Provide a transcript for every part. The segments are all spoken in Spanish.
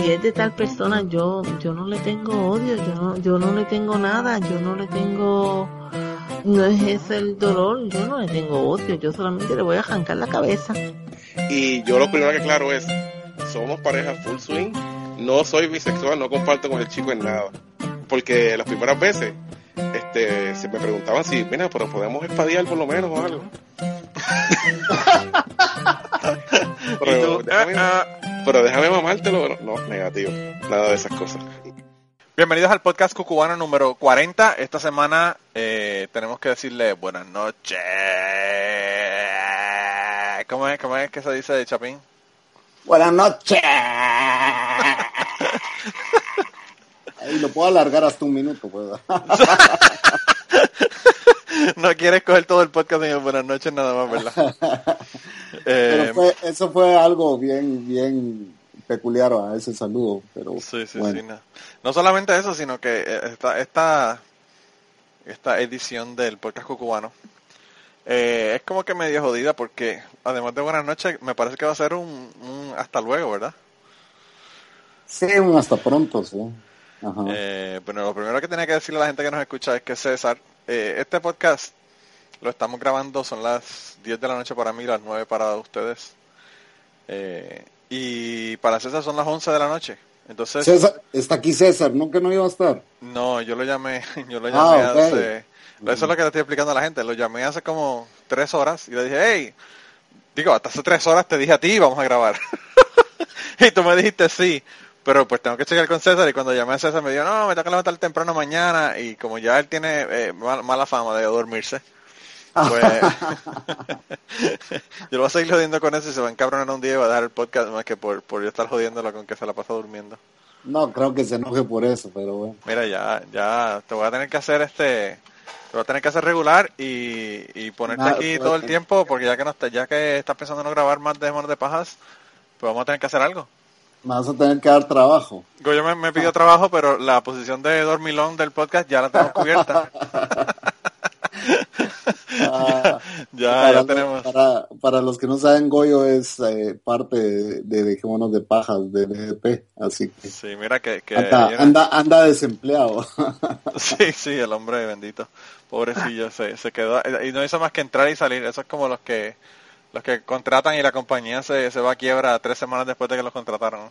si es de tal persona, yo no le tengo odio, yo no le tengo nada, yo no le tengo, no es ese el dolor, yo no le tengo odio, yo solamente le voy a arrancar la cabeza. Y yo lo primero que claro es, somos pareja full swing, no soy bisexual, no comparto con el chico en nada. Porque las primeras veces, se me preguntaban si, mira, pero podemos espadear por lo menos o algo. pero déjame mamártelo. No, negativo, nada de esas cosas. Bienvenidos al podcast cucubano número 40. Esta semana tenemos que decirle buenas noches. ¿Cómo es que se dice de Chapín? Buenas noches. Ahí lo puedo alargar hasta un minuto, pues. No quieres coger todo el podcast en buenas noches nada más, ¿verdad? Pero eso fue algo bien peculiar a ese saludo, pero sí, bueno. Sí, no solamente eso, sino que esta edición del podcast cucubano es como que medio jodida porque además de buenas noches me parece que va a ser un hasta luego, ¿verdad? Sí, un hasta pronto, sí. Ajá. Bueno, lo primero que tenía que decirle a la gente que nos escucha es que César, este podcast lo estamos grabando, son las 10 de la noche para mí, las 9 para ustedes, y para César son las 11 de la noche. Entonces César, está aquí César, ¿no? Que no iba a estar. No, yo lo llamé Okay. hace, eso es lo que le estoy explicando a la gente, lo llamé hace como 3 horas y le dije, hasta hace 3 horas te dije a ti, vamos a grabar. Y tú me dijiste sí, pero pues tengo que checar con César, y cuando llamé a César me dijo, no, me tengo que levantar temprano mañana, y como ya él tiene mala fama de dormirse, pues yo lo voy a seguir jodiendo con eso y se va a encabronar un día y va a dejar el podcast más que por yo estar jodiéndolo con que se la pasa durmiendo. No, creo que se enoje por eso, pero bueno. Mira, ya te voy a tener que hacer te voy a tener que hacer regular y ponerte aquí todo el tiempo, porque ya que estás pensando en no grabar más de Manos de Pajas, pues vamos a tener que hacer algo. Me vas a tener que dar trabajo. Goyo me pidió trabajo, pero la posición de dormilón del podcast ya la tenemos cubierta. Ya tenemos. Para los que no saben, Goyo es parte de Dejémonos de Pajas del EDP, así que sí, mira que anda desempleado. sí, el hombre bendito, pobrecillo, se quedó y no hizo más que entrar y salir. Eso es como los que contratan y la compañía se va a quiebra 3 semanas después de que los contrataron.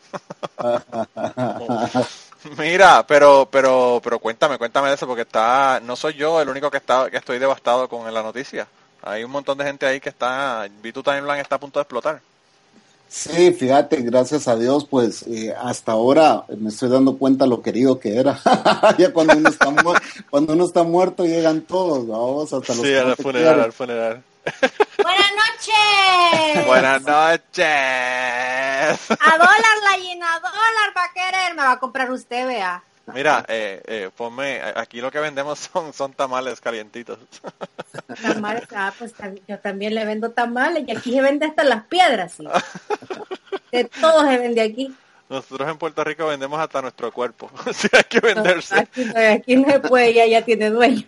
Mira, pero cuéntame de eso, porque no soy yo el único que estoy devastado con la noticia. Hay un montón de gente ahí que vi tu timeline, está a punto de explotar. Sí, fíjate, gracias a Dios, pues hasta ahora me estoy dando cuenta lo querido que era. Ya cuando uno está muerto llegan todos, vamos, hasta los al funeral. Buenas noches. Buenas noches. A dólar la llena, $1 va a querer, me va a comprar usted, vea. Mira, ponme, aquí lo que vendemos son tamales calientitos. Tamales, pues yo también le vendo tamales, y aquí se vende hasta las piedras, sí. De todo se vende aquí. Nosotros en Puerto Rico vendemos hasta nuestro cuerpo, si hay que venderse. No, aquí no se puede, ya tiene dueño.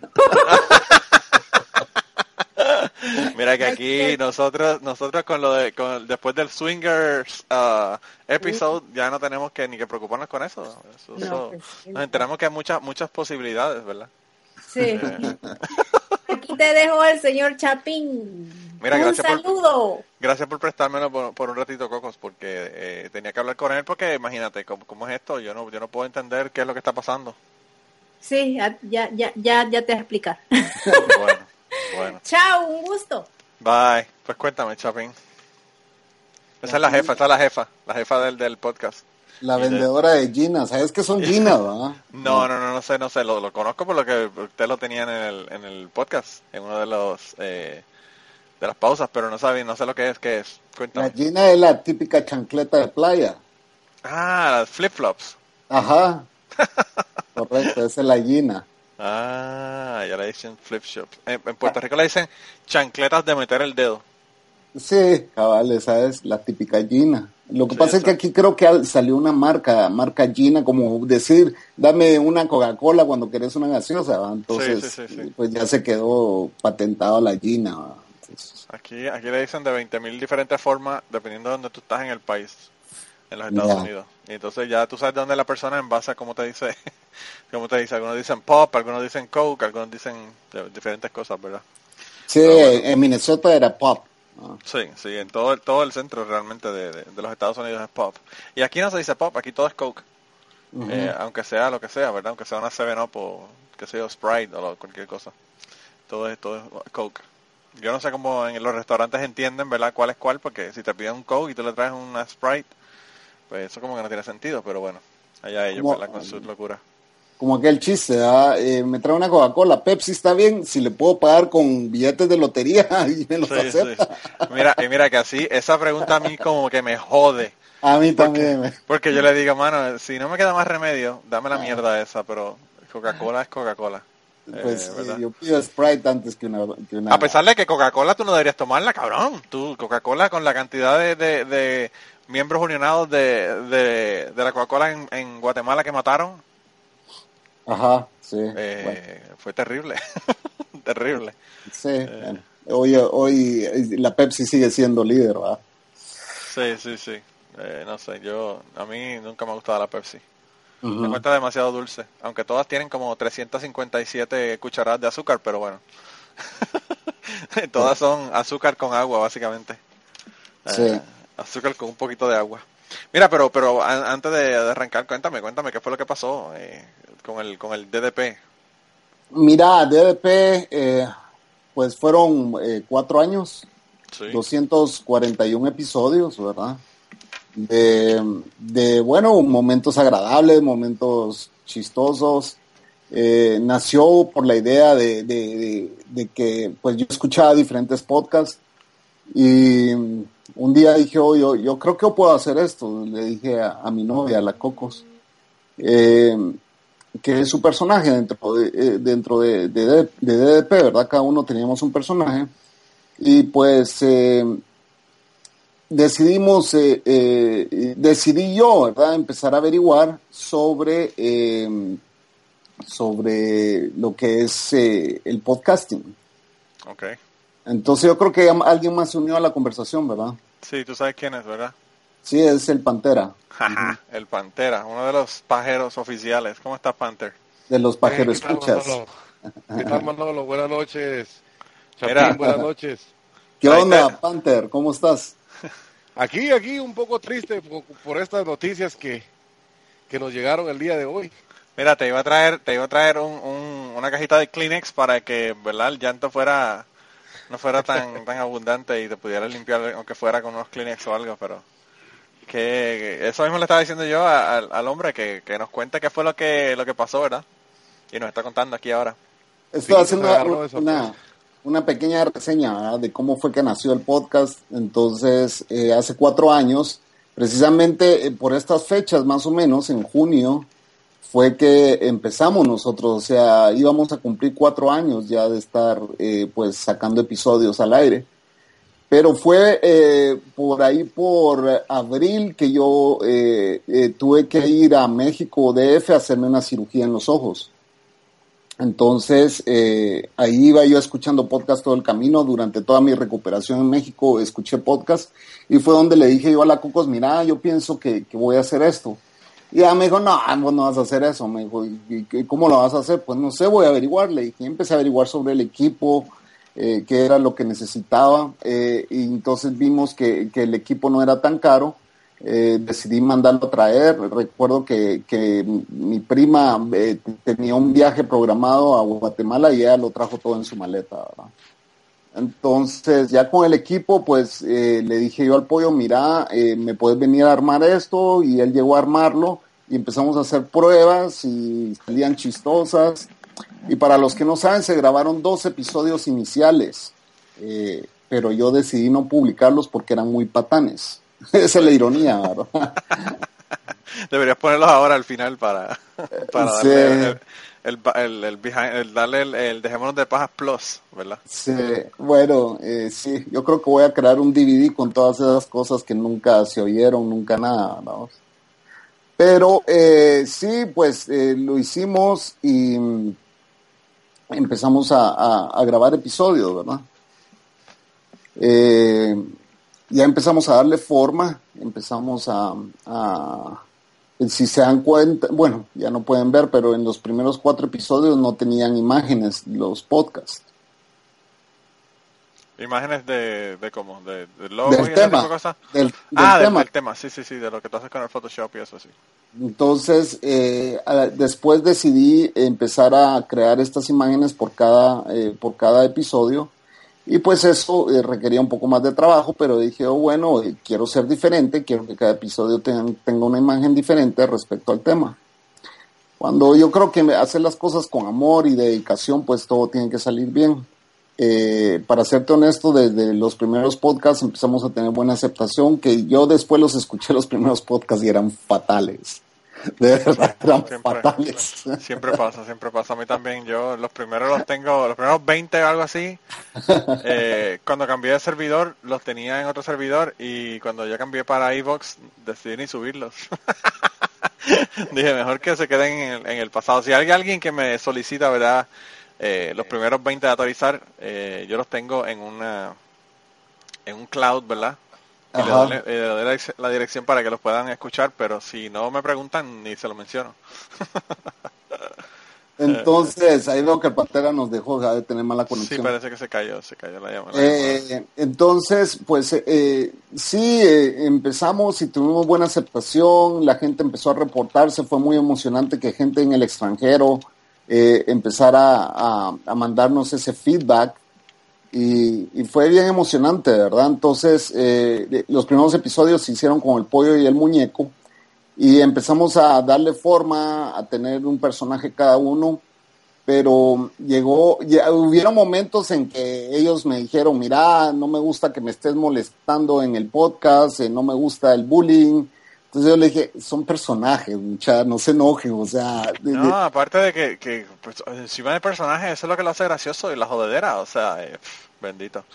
Mira que aquí nosotros después del Swingers episode ya no tenemos ni que preocuparnos con eso. Nos enteramos que hay muchas posibilidades, ¿verdad? Sí. Aquí te dejo el señor Chapín. Mira, un saludo. Gracias por prestármelo por un ratito, Cocos, porque tenía que hablar con él, porque imagínate cómo es esto. Yo no puedo entender qué es lo que está pasando. Sí, ya te voy a explicar. Bueno. Chao, un gusto. Bye. Pues cuéntame, Chapín. Esa es la jefa del podcast. La vendedora de Gina, ¿sabes qué son Gina, verdad? No sé, lo conozco por lo que usted lo tenía en el podcast, en uno de las pausas, pero no sé lo que es. Cuéntame. La Gina es la típica chancleta de playa. Ah, las flip-flops. Ajá. Correcto, esa es la Gina. Ah, ya le dicen flip-flop. En Puerto Rico le dicen chancletas de meter el dedo. Sí, cabal, esa es la típica Gina. Lo que pasa es que aquí creo que salió una marca Gina, como decir, dame una Coca-Cola cuando querés una gaseosa, ¿va? Entonces, sí. Pues ya se quedó patentado la Gina, ¿va? Entonces, aquí le dicen de 20,000 diferentes formas, dependiendo de donde tú estás en el país. en los Estados Unidos. Y entonces ya tú sabes de dónde es la persona en base a cómo te dice, algunos dicen pop, algunos dicen coke, algunos dicen diferentes cosas, ¿verdad? Sí, Bueno. en Minnesota era pop. Sí, en todo el centro realmente de los Estados Unidos es pop. Y aquí no se dice pop, aquí todo es coke. Uh-huh. Aunque sea lo que sea, ¿verdad? Aunque sea una 7-Up o qué sé yo, Sprite o cualquier cosa. Todo es coke. Yo no sé cómo en los restaurantes entienden, ¿verdad? Cuál es cuál, porque si te piden un coke y tú le traes una Sprite, pues eso como que no tiene sentido, pero bueno, allá ellos, ¿verdad? Con sus locuras. Como aquel chiste, me trae una Coca-Cola, Pepsi está bien, si le puedo pagar con billetes de lotería y me los acepta. Sí. Mira que así, esa pregunta a mí como que me jode. A mí también. Porque yo le digo, mano, si no me queda más remedio, dame la mierda esa, pero Coca-Cola es Coca-Cola. Pues ¿verdad? yo pido Sprite antes que una... A pesar de que Coca-Cola tú no deberías tomarla, cabrón. Tú, Coca-Cola con la cantidad de miembros unionados de la Coca-Cola en Guatemala que mataron. Ajá, sí. Fue terrible. Terrible. Sí, bueno. Hoy la Pepsi sigue siendo líder, ¿verdad? Sí. No sé, a mí nunca me ha gustado la Pepsi. Uh-huh. Me encuentra demasiado dulce, aunque todas tienen como 357 cucharadas de azúcar, pero bueno. Todas son azúcar con agua, básicamente. Sí. Azúcar con un poquito de agua. Mira, pero antes de arrancar, cuéntame qué fue lo que pasó con el DDP. Mira, DDP, pues fueron 4 años, Sí. 241 episodios, ¿verdad? De bueno, momentos agradables, momentos chistosos. Nació por la idea de que pues yo escuchaba diferentes podcasts y un día dije, yo creo que yo puedo hacer esto. Le dije a mi novia, a la Cocos, que es su personaje dentro de DDP, ¿verdad? Cada uno teníamos un personaje y pues decidí yo, ¿verdad? Empezar a averiguar sobre lo que es el podcasting. Ok. Entonces yo creo que alguien más se unió a la conversación, ¿verdad? Sí, tú sabes quién es, ¿verdad? Sí, es el Pantera. El Pantera, uno de los pajeros oficiales. ¿Cómo estás, Panther? De los pajeros ¿Qué tal, escuchas. Manolo? ¿Qué tal, Manolo? Buenas noches. Mira. Chapín, buenas noches. ¿Qué onda, Panther? ¿Cómo estás? Aquí un poco triste por estas noticias que nos llegaron el día de hoy. Mira, te iba a traer una cajita de Kleenex para que, ¿verdad? El llanto no fuera tan abundante y te pudieras limpiar, aunque fuera con unos Kleenex o algo, pero que eso mismo le estaba diciendo yo al hombre que nos cuente qué fue lo que pasó, ¿verdad? Y nos está contando aquí ahora. Estoy haciendo una pequeña reseña, ¿verdad? De cómo fue que nació el podcast. Entonces, hace 4 años, precisamente por estas fechas, más o menos, en junio, fue que empezamos nosotros. O sea, íbamos a cumplir 4 años ya de estar, pues, sacando episodios al aire. Pero fue por ahí, por abril, que yo tuve que ir a México DF a hacerme una cirugía en los ojos. Entonces, ahí iba yo escuchando podcast todo el camino. Durante toda mi recuperación en México escuché podcast y fue donde le dije yo a la Cocos, mira, yo pienso que voy a hacer esto. Y ella me dijo, no, vos no vas a hacer eso. Me dijo, ¿y cómo lo vas a hacer? Pues no sé, voy a averiguar. Le dije, empecé a averiguar sobre el equipo, qué era lo que necesitaba. Y entonces vimos que el equipo no era tan caro. Decidí mandarlo a traer. Recuerdo que mi prima tenía un viaje programado a Guatemala y ella lo trajo todo en su maleta, ¿verdad? Entonces ya con el equipo pues le dije yo al pollo, mira, me puedes venir a armar esto, y él llegó a armarlo y empezamos a hacer pruebas y salían chistosas. Y para los que no saben, se grabaron 2 episodios iniciales, pero yo decidí no publicarlos porque eran muy patanes. Esa es la ironía, ¿verdad? Deberías ponerlos ahora al final para Sí. darle el Dejémonos de Pajas Plus, ¿verdad? Sí, bueno, sí, yo creo que voy a crear un DVD con todas esas cosas que nunca se oyeron, nunca nada, ¿no? Pero sí, pues lo hicimos y empezamos a grabar episodios, ¿verdad? ya empezamos a darle forma, empezamos si se dan cuenta, bueno, ya no pueden ver, pero en los primeros 4 episodios no tenían imágenes los podcasts. Imágenes de cómo, de logos Del y ese tema, tipo de cosas. del Del tema, sí, de lo que tú haces con el Photoshop y eso, sí. Entonces, después decidí empezar a crear estas imágenes por cada episodio, y pues eso requería un poco más de trabajo, pero dije, bueno, quiero ser diferente, quiero que cada episodio tenga una imagen diferente respecto al tema. Cuando yo creo que hacer las cosas con amor y dedicación, pues todo tiene que salir bien. Para serte honesto, desde los primeros podcasts empezamos a tener buena aceptación, que yo después los escuché los primeros podcasts y eran fatales. De verdad, eran fatales. Siempre pasa. A mí también, yo los primeros los tengo, los primeros 20 o algo así. Cuando cambié de servidor, los tenía en otro servidor, y cuando ya cambié para iVoox, decidí ni subirlos. Dije, mejor que se queden en el pasado. Si hay alguien que me solicita, ¿verdad? Los primeros 20 de actualizar, yo los tengo en un cloud, ¿verdad? Y le doy la dirección para que los puedan escuchar, pero si no me preguntan, ni se lo menciono. Entonces, ahí veo que el Pantera nos dejó de tener mala conexión. Sí, parece que se cayó la llamada. Entonces, pues sí, empezamos y tuvimos buena aceptación, la gente empezó a reportarse, fue muy emocionante que gente en el extranjero empezara a mandarnos ese feedback, y fue bien emocionante, ¿verdad? Entonces, los primeros episodios se hicieron con el pollo y el muñeco, y empezamos a darle forma, a tener un personaje cada uno, pero hubieron momentos en que ellos me dijeron, mira, no me gusta que me estés molestando en el podcast, no me gusta el bullying. Entonces yo le dije, son personajes, muchachos, no se enojen, o sea... No, aparte de que pues, encima del personaje, eso es lo que lo hace gracioso, y la jodedera, o sea, bendito.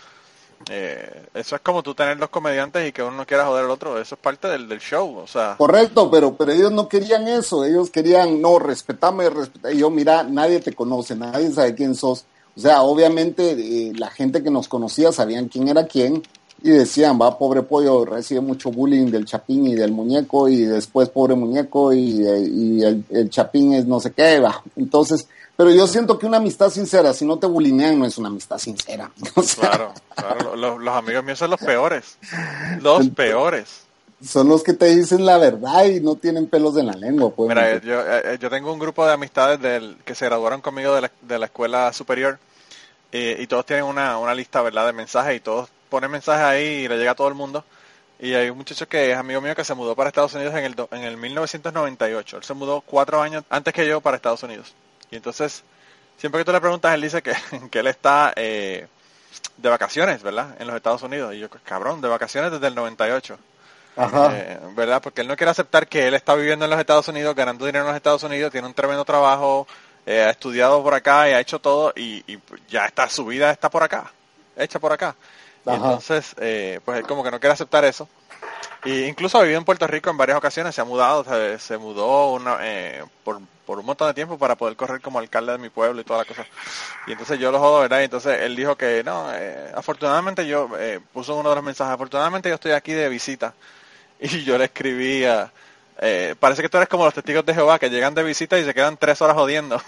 Eso es como tú tener los comediantes y que uno no quiera joder al otro, eso es parte del show, o sea... Correcto, pero ellos no querían eso, ellos querían, no, respetame, y yo, mira, nadie te conoce, nadie sabe quién sos. O sea, obviamente la gente que nos conocía sabían quién era quién, y decían, va, pobre pollo, recibe mucho bullying del Chapín y del muñeco, y después pobre muñeco, y el Chapín es no sé qué, va. Entonces, pero yo siento que una amistad sincera, si no te bulinean, no es una amistad sincera. O sea, claro, los amigos míos son los peores, los peores. Son los que te dicen la verdad y no tienen pelos en la lengua. Pues. Mira, yo tengo un grupo de amistades que se graduaron conmigo de la escuela superior, y todos tienen una lista, ¿verdad?, de mensajes, y todos ponen mensajes ahí y le llega a todo el mundo. Y hay un muchacho que es amigo mío que se mudó para Estados Unidos en el 1998. Él se mudó 4 años antes que yo para Estados Unidos. Y entonces, siempre que tú le preguntas, él dice que él está de vacaciones, ¿verdad?, en los Estados Unidos. Y yo, cabrón, de vacaciones desde el 98. Ajá. ¿Verdad? Porque él no quiere aceptar que él está viviendo en los Estados Unidos, ganando dinero en los Estados Unidos, tiene un tremendo trabajo, ha estudiado por acá y ha hecho todo, y ya está, su vida está por acá, hecha por acá. Y entonces, pues él como que no quiere aceptar eso. Y incluso ha vivido en Puerto Rico en varias ocasiones, se ha mudado, se mudó por un montón de tiempo para poder correr como alcalde de mi pueblo y toda la cosa. Y entonces yo lo jodo, ¿verdad? Y entonces él dijo que no, afortunadamente puso uno de los mensajes, afortunadamente yo estoy aquí de visita. Y yo le escribía, parece que tú eres como los testigos de Jehová, que llegan de visita y se quedan 3 horas jodiendo.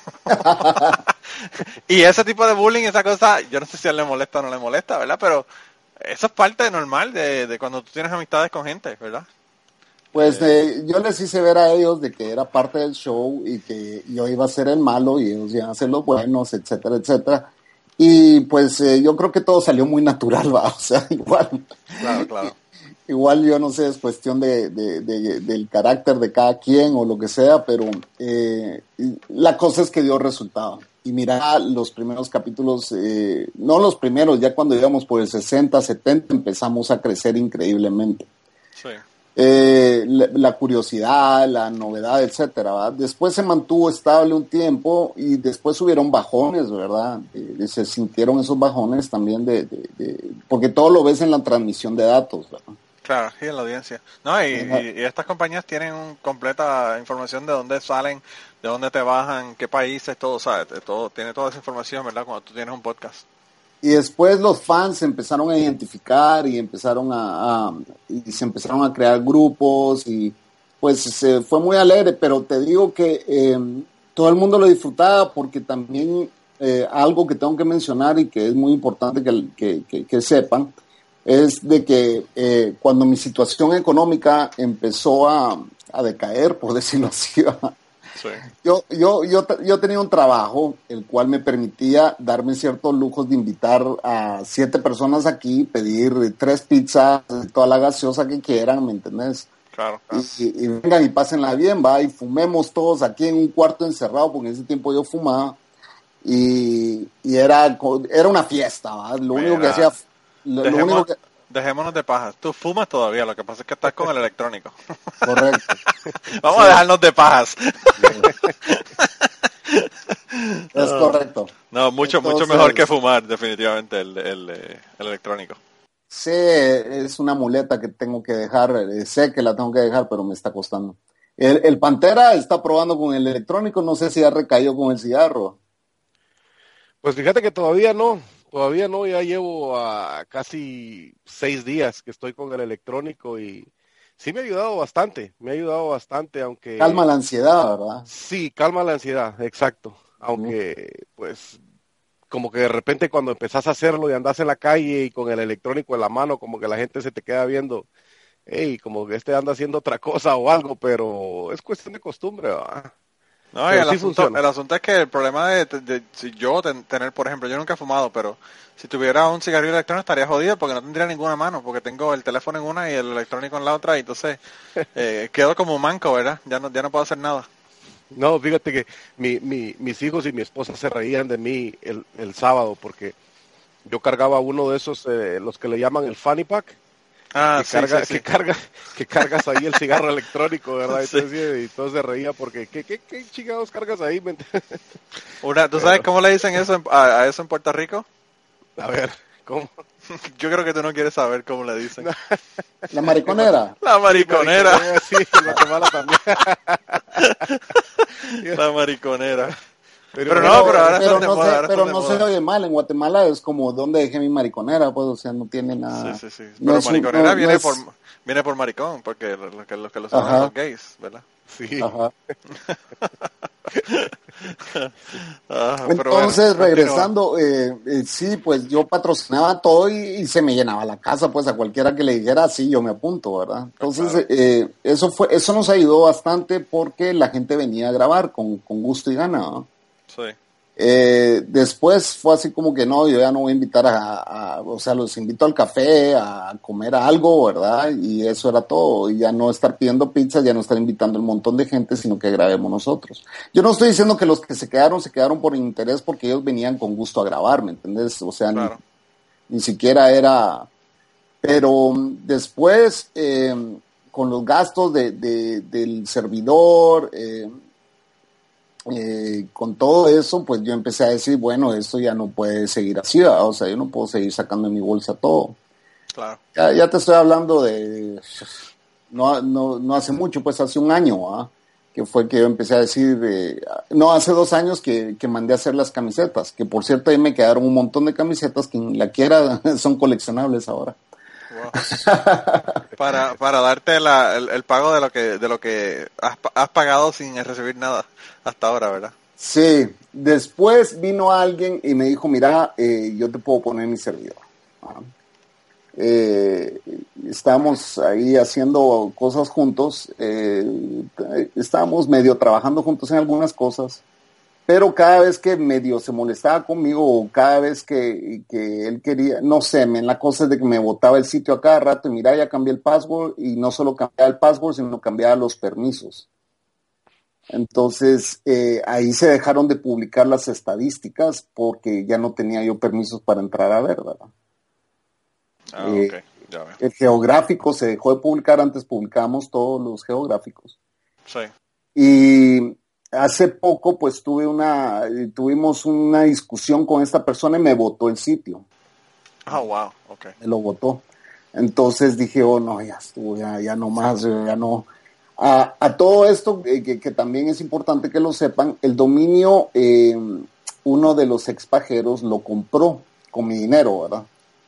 Y ese tipo de bullying, esa cosa, yo no sé si a él le molesta o no le molesta, ¿verdad? Pero eso es parte normal de cuando tú tienes amistades con gente, ¿verdad? Pues yo les hice ver a ellos de que era parte del show y que yo iba a ser el malo y ellos iban a ser los buenos, etcétera, etcétera. Y pues yo creo que todo salió muy natural, ¿va? O sea, igual. Claro. Igual yo no sé, es cuestión del carácter de cada quien o lo que sea, pero la cosa es que dio resultado. Y mira, los primeros capítulos, no los primeros, ya cuando íbamos por el 60, 70, empezamos a crecer increíblemente. Sí. La curiosidad, la novedad, etcétera, ¿verdad? Después se mantuvo estable un tiempo y después hubieron bajones, ¿verdad? Se sintieron esos bajones también porque todo lo ves en la transmisión de datos, ¿verdad? Claro, sí, en la audiencia. No, y estas compañías tienen completa información de dónde salen, de dónde te bajan, qué países, todo, ¿sabes? Tiene toda esa información, ¿verdad? Cuando tú tienes un podcast. Y después los fans se empezaron a identificar y empezaron y se empezaron a crear grupos y pues fue muy alegre, pero te digo que todo el mundo lo disfrutaba porque también algo que tengo que mencionar y que es muy importante que sepan es de que cuando mi situación económica empezó a decaer, por decirlo así, Sí. yo tenía un trabajo el cual me permitía darme ciertos lujos de invitar a 7 personas aquí, pedir 3 pizzas, toda la gaseosa que quieran, ¿me entendés? Claro. Y vengan y pásenla bien, va, y fumemos todos aquí en un cuarto encerrado, porque en ese tiempo yo fumaba, y era una fiesta, ¿va? Lo único que hacía... Dejémonos de pajas. Tú fumas todavía, lo que pasa es que estás con el electrónico. Correcto. Vamos a dejarnos de pajas. Es correcto. No, mucho mejor que fumar, definitivamente, el electrónico. Sí, es una muleta que tengo que dejar, sé que la tengo que dejar, pero me está costando. El Pantera está probando con el electrónico, no sé si ha recaído con el cigarro. Pues fíjate que todavía no, ya llevo casi 6 días que estoy con el electrónico y sí me ha ayudado bastante, aunque... Calma la ansiedad, ¿verdad? Sí, calma la ansiedad, exacto, aunque pues como que de repente cuando empezás a hacerlo y andás en la calle y con el electrónico en la mano, como que la gente se te queda viendo, hey, como que anda haciendo otra cosa o algo, pero es cuestión de costumbre, ¿verdad? No, y el asunto es que el problema de si yo tener, por ejemplo, yo nunca he fumado, pero si tuviera un cigarrillo electrónico estaría jodido porque no tendría ninguna mano, porque tengo el teléfono en una y el electrónico en la otra, y entonces quedo como manco, ¿verdad? Ya no puedo hacer nada. No, fíjate que mis hijos y mi esposa se reían de mí el sábado porque yo cargaba uno de esos, los que le llaman el fanny pack. Que cargas ahí el cigarro electrónico, ¿verdad? Entonces, y todos se reía porque ¿qué chingados cargas ahí? ¿Tú sabes cómo le dicen eso a eso en Puerto Rico? A ver, ¿cómo? Yo creo que tú no quieres saber cómo le dicen. La mariconera. La mariconera. Sí, en Guatemala también. La mariconera. Pero no se oye mal. En Guatemala es como donde dejé mi mariconera, pues, o sea, no tiene nada. Sí. Pero mariconera viene por maricón, porque los que lo saben son los gays, ¿verdad? Sí. Ajá. Pero entonces, bueno, regresando, sí, pues yo patrocinaba todo y se me llenaba la casa, pues a cualquiera que le dijera, sí, yo me apunto, ¿verdad? Entonces, claro. Eso nos ayudó bastante porque la gente venía a grabar con gusto y gana, ¿no? Sí. Después fue así como que no, yo ya no voy a invitar o sea, los invito al café, a comer algo, ¿verdad? Y eso era todo, y ya no estar pidiendo pizzas, ya no estar invitando un montón de gente, sino que grabemos nosotros. Yo no estoy diciendo que los que se quedaron por interés porque ellos venían con gusto a grabar, ¿me entiendes? O sea, claro. ni siquiera era... Pero después, con los gastos del servidor... con todo eso, pues yo empecé a decir, bueno, esto ya no puede seguir así, ¿verdad? O sea, yo no puedo seguir sacando de mi bolsa todo. Claro. Ya te estoy hablando de, no hace mucho, pues hace un año, ¿verdad? Que fue que yo empecé a decir, hace 2 años que mandé a hacer las camisetas, que por cierto ahí me quedaron un montón de camisetas, quien la quiera son coleccionables ahora. Wow. para darte el pago de lo que has pagado sin recibir nada hasta ahora, ¿verdad? Sí, después vino alguien y me dijo, mira, yo te puedo poner mi servidor. Estábamos ahí haciendo cosas juntos, estábamos medio trabajando juntos en algunas cosas, pero cada vez que medio se molestaba conmigo o cada vez que él quería, no sé, la cosa es de que me botaba el sitio a cada rato y mira, ya cambié el password, y no solo cambiaba el password, sino cambiaba los permisos. Entonces, ahí se dejaron de publicar las estadísticas porque ya no tenía yo permisos para entrar a ver, ¿verdad? Okay. Ya veo. El geográfico se dejó de publicar, antes publicábamos todos los geográficos. Sí. Y hace poco, pues tuvimos una discusión con esta persona y me botó el sitio. Oh, wow, okay. Me lo botó. Entonces dije, oh, no, ya estuvo, ya no más, ya no... A todo esto, que también es importante que lo sepan, el dominio, uno de los expajeros lo compró con mi dinero, ¿verdad?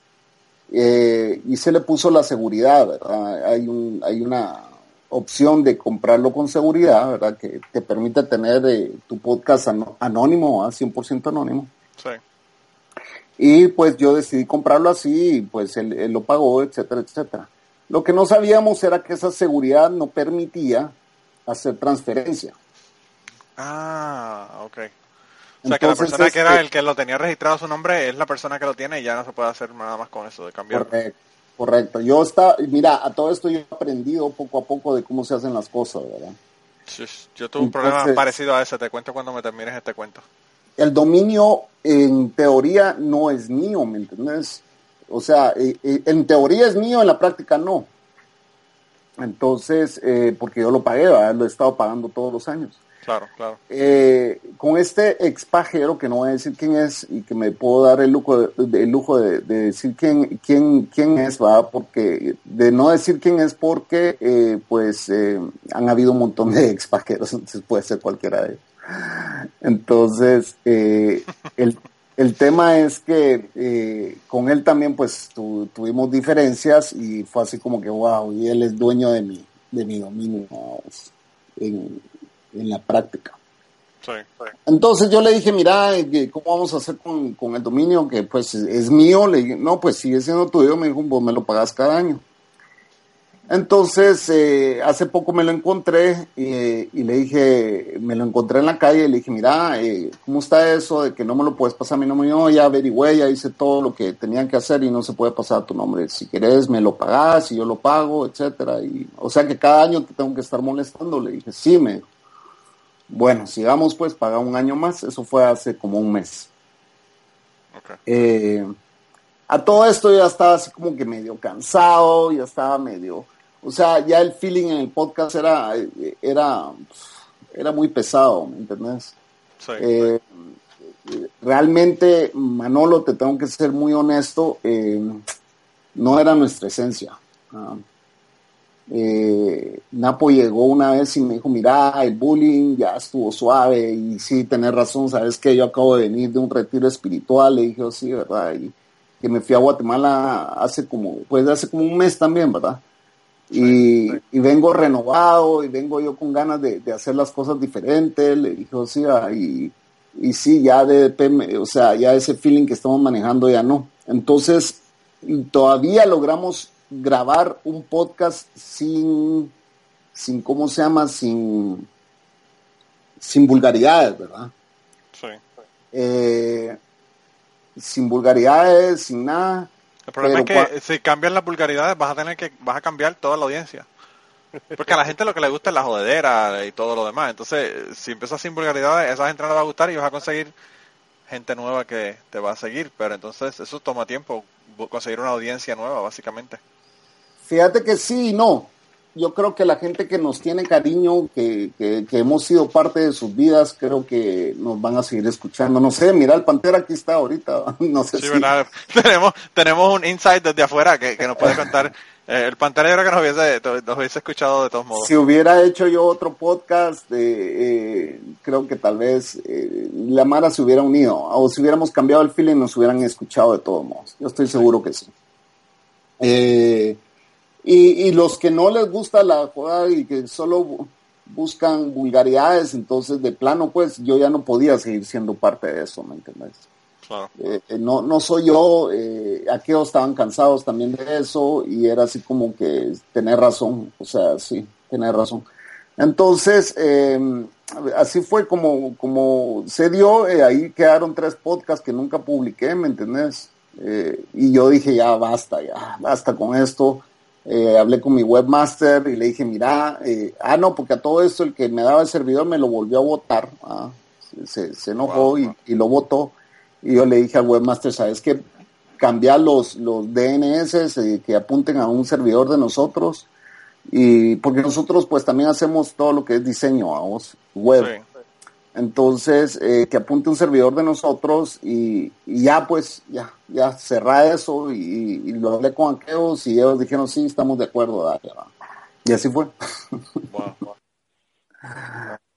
Y se le puso la seguridad, ¿verdad? Hay una opción de comprarlo con seguridad, ¿verdad? Que te permite tener tu podcast anónimo, 100% anónimo. Sí. Y pues yo decidí comprarlo así, y pues él lo pagó, etcétera, etcétera. Lo que no sabíamos era que esa seguridad no permitía hacer transferencia. Ah, ok. O sea, Entonces, que la persona que era el que lo tenía registrado su nombre es la persona que lo tiene y ya no se puede hacer nada más con eso, de cambiarlo. Correcto. Mira, a todo esto yo he aprendido poco a poco de cómo se hacen las cosas, ¿verdad? Yo tuve un problema parecido a ese, te cuento cuando me termines este cuento. El dominio en teoría no es mío, ¿me entiendes? O sea, en teoría es mío, en la práctica no. Entonces, porque yo lo pagué, ¿verdad? Lo he estado pagando todos los años. Claro. Con este ex pajero, que no voy a decir quién es, y que me puedo dar el lujo de decir quién es, ¿va? Porque, de no decir quién es porque, han habido un montón de ex pajeros, entonces puede ser cualquiera de ellos. Entonces, el tema es que con él también, pues, tuvimos diferencias y fue así como que, wow, y él es dueño de mi dominio, vamos, en la práctica. Sí. Entonces yo le dije, mira, ¿cómo vamos a hacer con el dominio? Que pues es mío. Le dije, no, pues sigue siendo tuyo. Me dijo, vos me lo pagas cada año. Entonces, hace poco me lo encontré y le dije, me lo encontré en la calle y le dije, mira, ¿cómo está eso de que no me lo puedes pasar a mi nombre? No, ya averigüé, ya hice todo lo que tenían que hacer y no se puede pasar a tu nombre. Si querés, me lo pagás y yo lo pago, etcétera. Y, o sea que cada año te tengo que estar molestando. Le dije, sí, me dijo. Bueno, sigamos pues, paga un año más. Eso fue hace como un mes. Okay. A todo esto ya estaba así como que medio cansado, ya estaba medio... O sea, ya el feeling en el podcast era muy pesado, ¿me entendés? Sí. Realmente, Manolo, te tengo que ser muy honesto, no era nuestra esencia. Napo llegó una vez y me dijo, mira, el bullying ya estuvo suave y sí, tenés razón, sabes que yo acabo de venir de un retiro espiritual. Le dije, oh, sí, ¿verdad? Y que me fui a Guatemala hace como un mes también, ¿verdad? Y vengo renovado y vengo yo con ganas de hacer las cosas diferentes. Le dije, o sea, y sí, ya o sea, ya ese feeling que estamos manejando ya no. Entonces, todavía logramos grabar un podcast sin ¿cómo se llama? Sin vulgaridades, ¿verdad? Sí. Sin vulgaridades, sin nada. El problema es que si cambias las vulgaridades vas a cambiar toda la audiencia. Porque a la gente lo que le gusta es la jodedera y todo lo demás. Entonces, si empiezas sin vulgaridades, esa gente no le va a gustar y vas a conseguir gente nueva que te va a seguir. Pero entonces eso toma tiempo, conseguir una audiencia nueva, básicamente. Fíjate que sí y no. Yo creo que la gente que nos tiene cariño, que hemos sido parte de sus vidas, creo que nos van a seguir escuchando. No sé, mira, el Pantera aquí está ahorita. No sé sí, si... ¿verdad? Tenemos un insight desde afuera que nos puede contar. El Pantera yo creo que nos hubiese escuchado de todos modos. Si hubiera hecho yo otro podcast, creo que tal vez la Mara se hubiera unido. O si hubiéramos cambiado el feeling, nos hubieran escuchado de todos modos. Yo estoy seguro que sí. Y los que no les gusta la joda y que solo buscan vulgaridades, entonces de plano, pues yo ya no podía seguir siendo parte de eso, ¿me entiendes? Claro. No soy yo, aquellos estaban cansados también de eso y era así como que tener razón, o sea, sí, tener razón. Entonces, así fue como se dio, ahí quedaron 3 podcasts que nunca publiqué, ¿me entendés? Y yo dije, ya basta con esto. Hablé con mi webmaster y le dije, mira, no, porque a todo esto el que me daba el servidor me lo volvió a botar, se enojó y lo botó. Y yo le dije al webmaster, ¿sabes qué? Cambiar los DNS que apunten a un servidor de nosotros, y porque nosotros pues también hacemos todo lo que es diseño, web. Sí. Entonces, que apunte un servidor de nosotros y ya pues, ya cerrá eso y lo hablé con aquellos y ellos dijeron, sí, estamos de acuerdo, dale, va. Y así fue. Wow.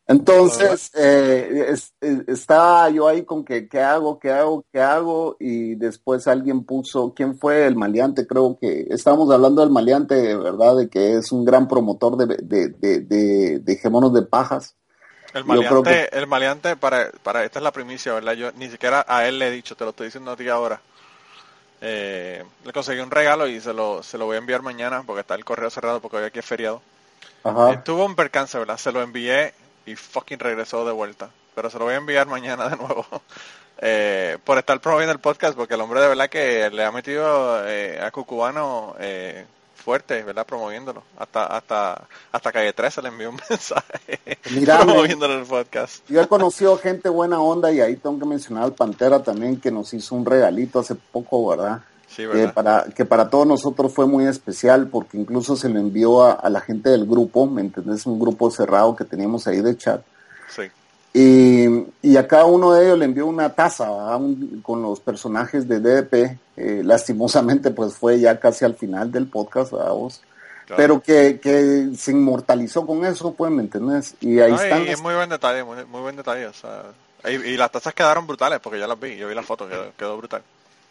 Entonces, estaba yo ahí con que, ¿qué hago? Y después alguien puso, ¿quién fue? El Maleante, creo que estábamos hablando del Maleante, ¿verdad? De que es un gran promotor de dejémonos de pajas. El Maleante para esta es la primicia, ¿verdad? Yo ni siquiera a él le he dicho, te lo estoy diciendo a ti ahora. Le conseguí un regalo y se lo voy a enviar mañana porque está el correo cerrado porque hoy aquí es feriado. Tuvo un percance, ¿verdad? Se lo envié y fucking regresó de vuelta. Pero se lo voy a enviar mañana de nuevo. Por estar promoviendo el podcast, porque el hombre de verdad que le ha metido a Cucubano fuerte, ¿verdad? Promoviéndolo. Hasta Calle 13 le envió un mensaje promoviéndolo en el podcast. Yo he conocido gente buena onda y ahí tengo que mencionar al Pantera también, que nos hizo un regalito hace poco, ¿verdad? Sí, ¿verdad? Que para todos nosotros fue muy especial, porque incluso se lo envió a la gente del grupo, ¿me entendés? Un grupo cerrado que teníamos ahí de chat. Sí. Y a cada uno de ellos le envió una taza con los personajes de DDP. Lastimosamente, pues fue ya casi al final del podcast, ¿verdad vos? Claro. Pero que se inmortalizó con eso, pues, ¿me entendés? Y ahí están. Es muy buen detalle, muy buen detalle. O sea, y las tazas quedaron brutales, porque ya las vi, yo vi la foto, quedó brutal.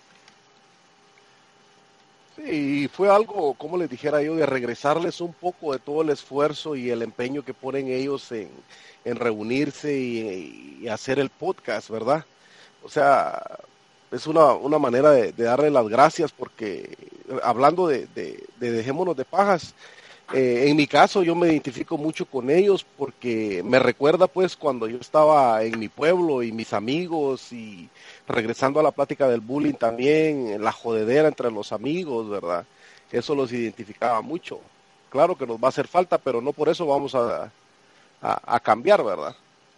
Y fue algo, como les dijera yo, de regresarles un poco de todo el esfuerzo y el empeño que ponen ellos en reunirse y hacer el podcast, ¿verdad? O sea, es una manera de darle las gracias porque, hablando de dejémonos de pajas, en mi caso yo me identifico mucho con ellos porque me recuerda pues cuando yo estaba en mi pueblo y mis amigos y regresando a la plática del bullying también, la jodedera entre los amigos, ¿verdad? Eso los identificaba mucho. Claro que nos va a hacer falta, pero no por eso vamos a cambiar, ¿verdad?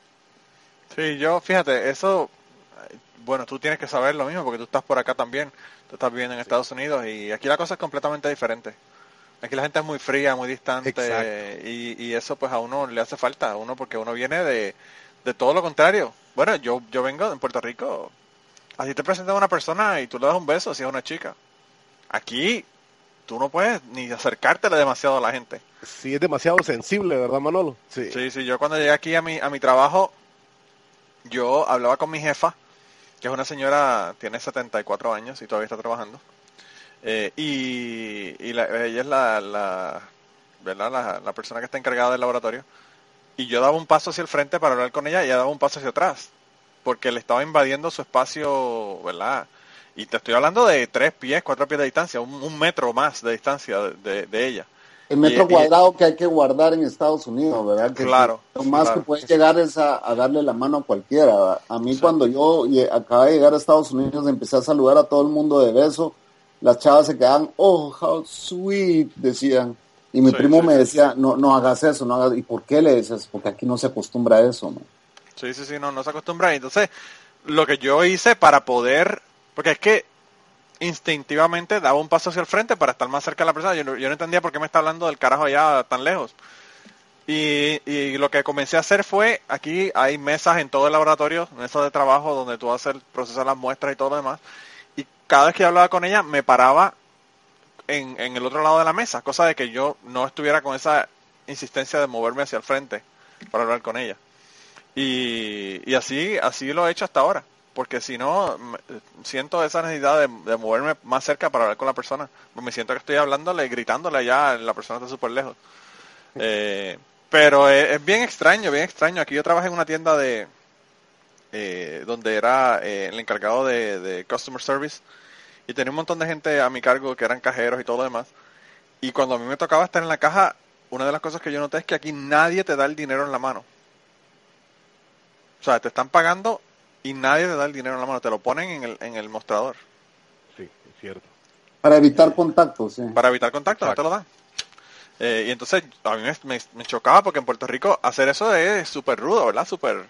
Sí, yo, fíjate, eso, bueno, tú tienes que saber lo mismo porque tú estás por acá también, tú estás viviendo en Estados Unidos y aquí la cosa es completamente diferente. Aquí la gente es muy fría, muy distante y eso pues a uno le hace falta, a uno porque uno viene de todo lo contrario. Bueno, yo vengo en Puerto Rico, así te presentan a una persona y tú le das un beso si es una chica. Aquí tú no puedes ni acercártele demasiado a la gente. Sí, es demasiado sensible, ¿verdad, Manolo? Sí, yo cuando llegué aquí a mi trabajo, yo hablaba con mi jefa, que es una señora, tiene 74 años y todavía está trabajando. Ella es ¿verdad? La persona que está encargada del laboratorio. Y yo daba un paso hacia el frente para hablar con ella y ella daba un paso hacia atrás. Porque le estaba invadiendo su espacio, ¿verdad? Y te estoy hablando de 3 pies, 4 pies de distancia, un metro más de distancia de ella. El metro cuadrado que hay que guardar en Estados Unidos, ¿verdad? Que claro. Lo más que puedes llegar es a darle la mano a cualquiera, ¿verdad? A mí cuando yo acabé de llegar a Estados Unidos empecé a saludar a todo el mundo de beso. Las chavas se quedaban, oh, how sweet, decían. Y mi primo me decía, no hagas eso, no hagas. ¿Y por qué le dices? Porque aquí no se acostumbra a eso, ¿no? Sí, no se acostumbra. Entonces, lo que yo hice para poder, porque es que instintivamente daba un paso hacia el frente para estar más cerca de la persona. Yo no entendía por qué me está hablando del carajo allá tan lejos. Y lo que comencé a hacer fue, aquí hay mesas en todo el laboratorio, mesas de trabajo donde tú haces procesar las muestras y todo lo demás. Y cada vez que yo hablaba con ella, me paraba en el otro lado de la mesa, cosa de que yo no estuviera con esa insistencia de moverme hacia el frente para hablar con ella. Y así lo he hecho hasta ahora, porque si no, siento esa necesidad de moverme más cerca para hablar con la persona. Me siento que estoy hablándole, gritándole allá, la persona está súper lejos. Pero es bien extraño. Aquí yo trabajé en una tienda donde era el encargado de Customer Service y tenía un montón de gente a mi cargo que eran cajeros y todo lo demás. Y cuando a mí me tocaba estar en la caja, una de las cosas que yo noté es que aquí nadie te da el dinero en la mano. O sea, te están pagando y nadie te da el dinero en la mano, te lo ponen en el mostrador. Sí, es cierto. Para evitar contacto, sí. Para evitar contacto, no te lo dan. Y entonces a mí me chocaba porque en Puerto Rico hacer eso es súper rudo, ¿verdad? Súper,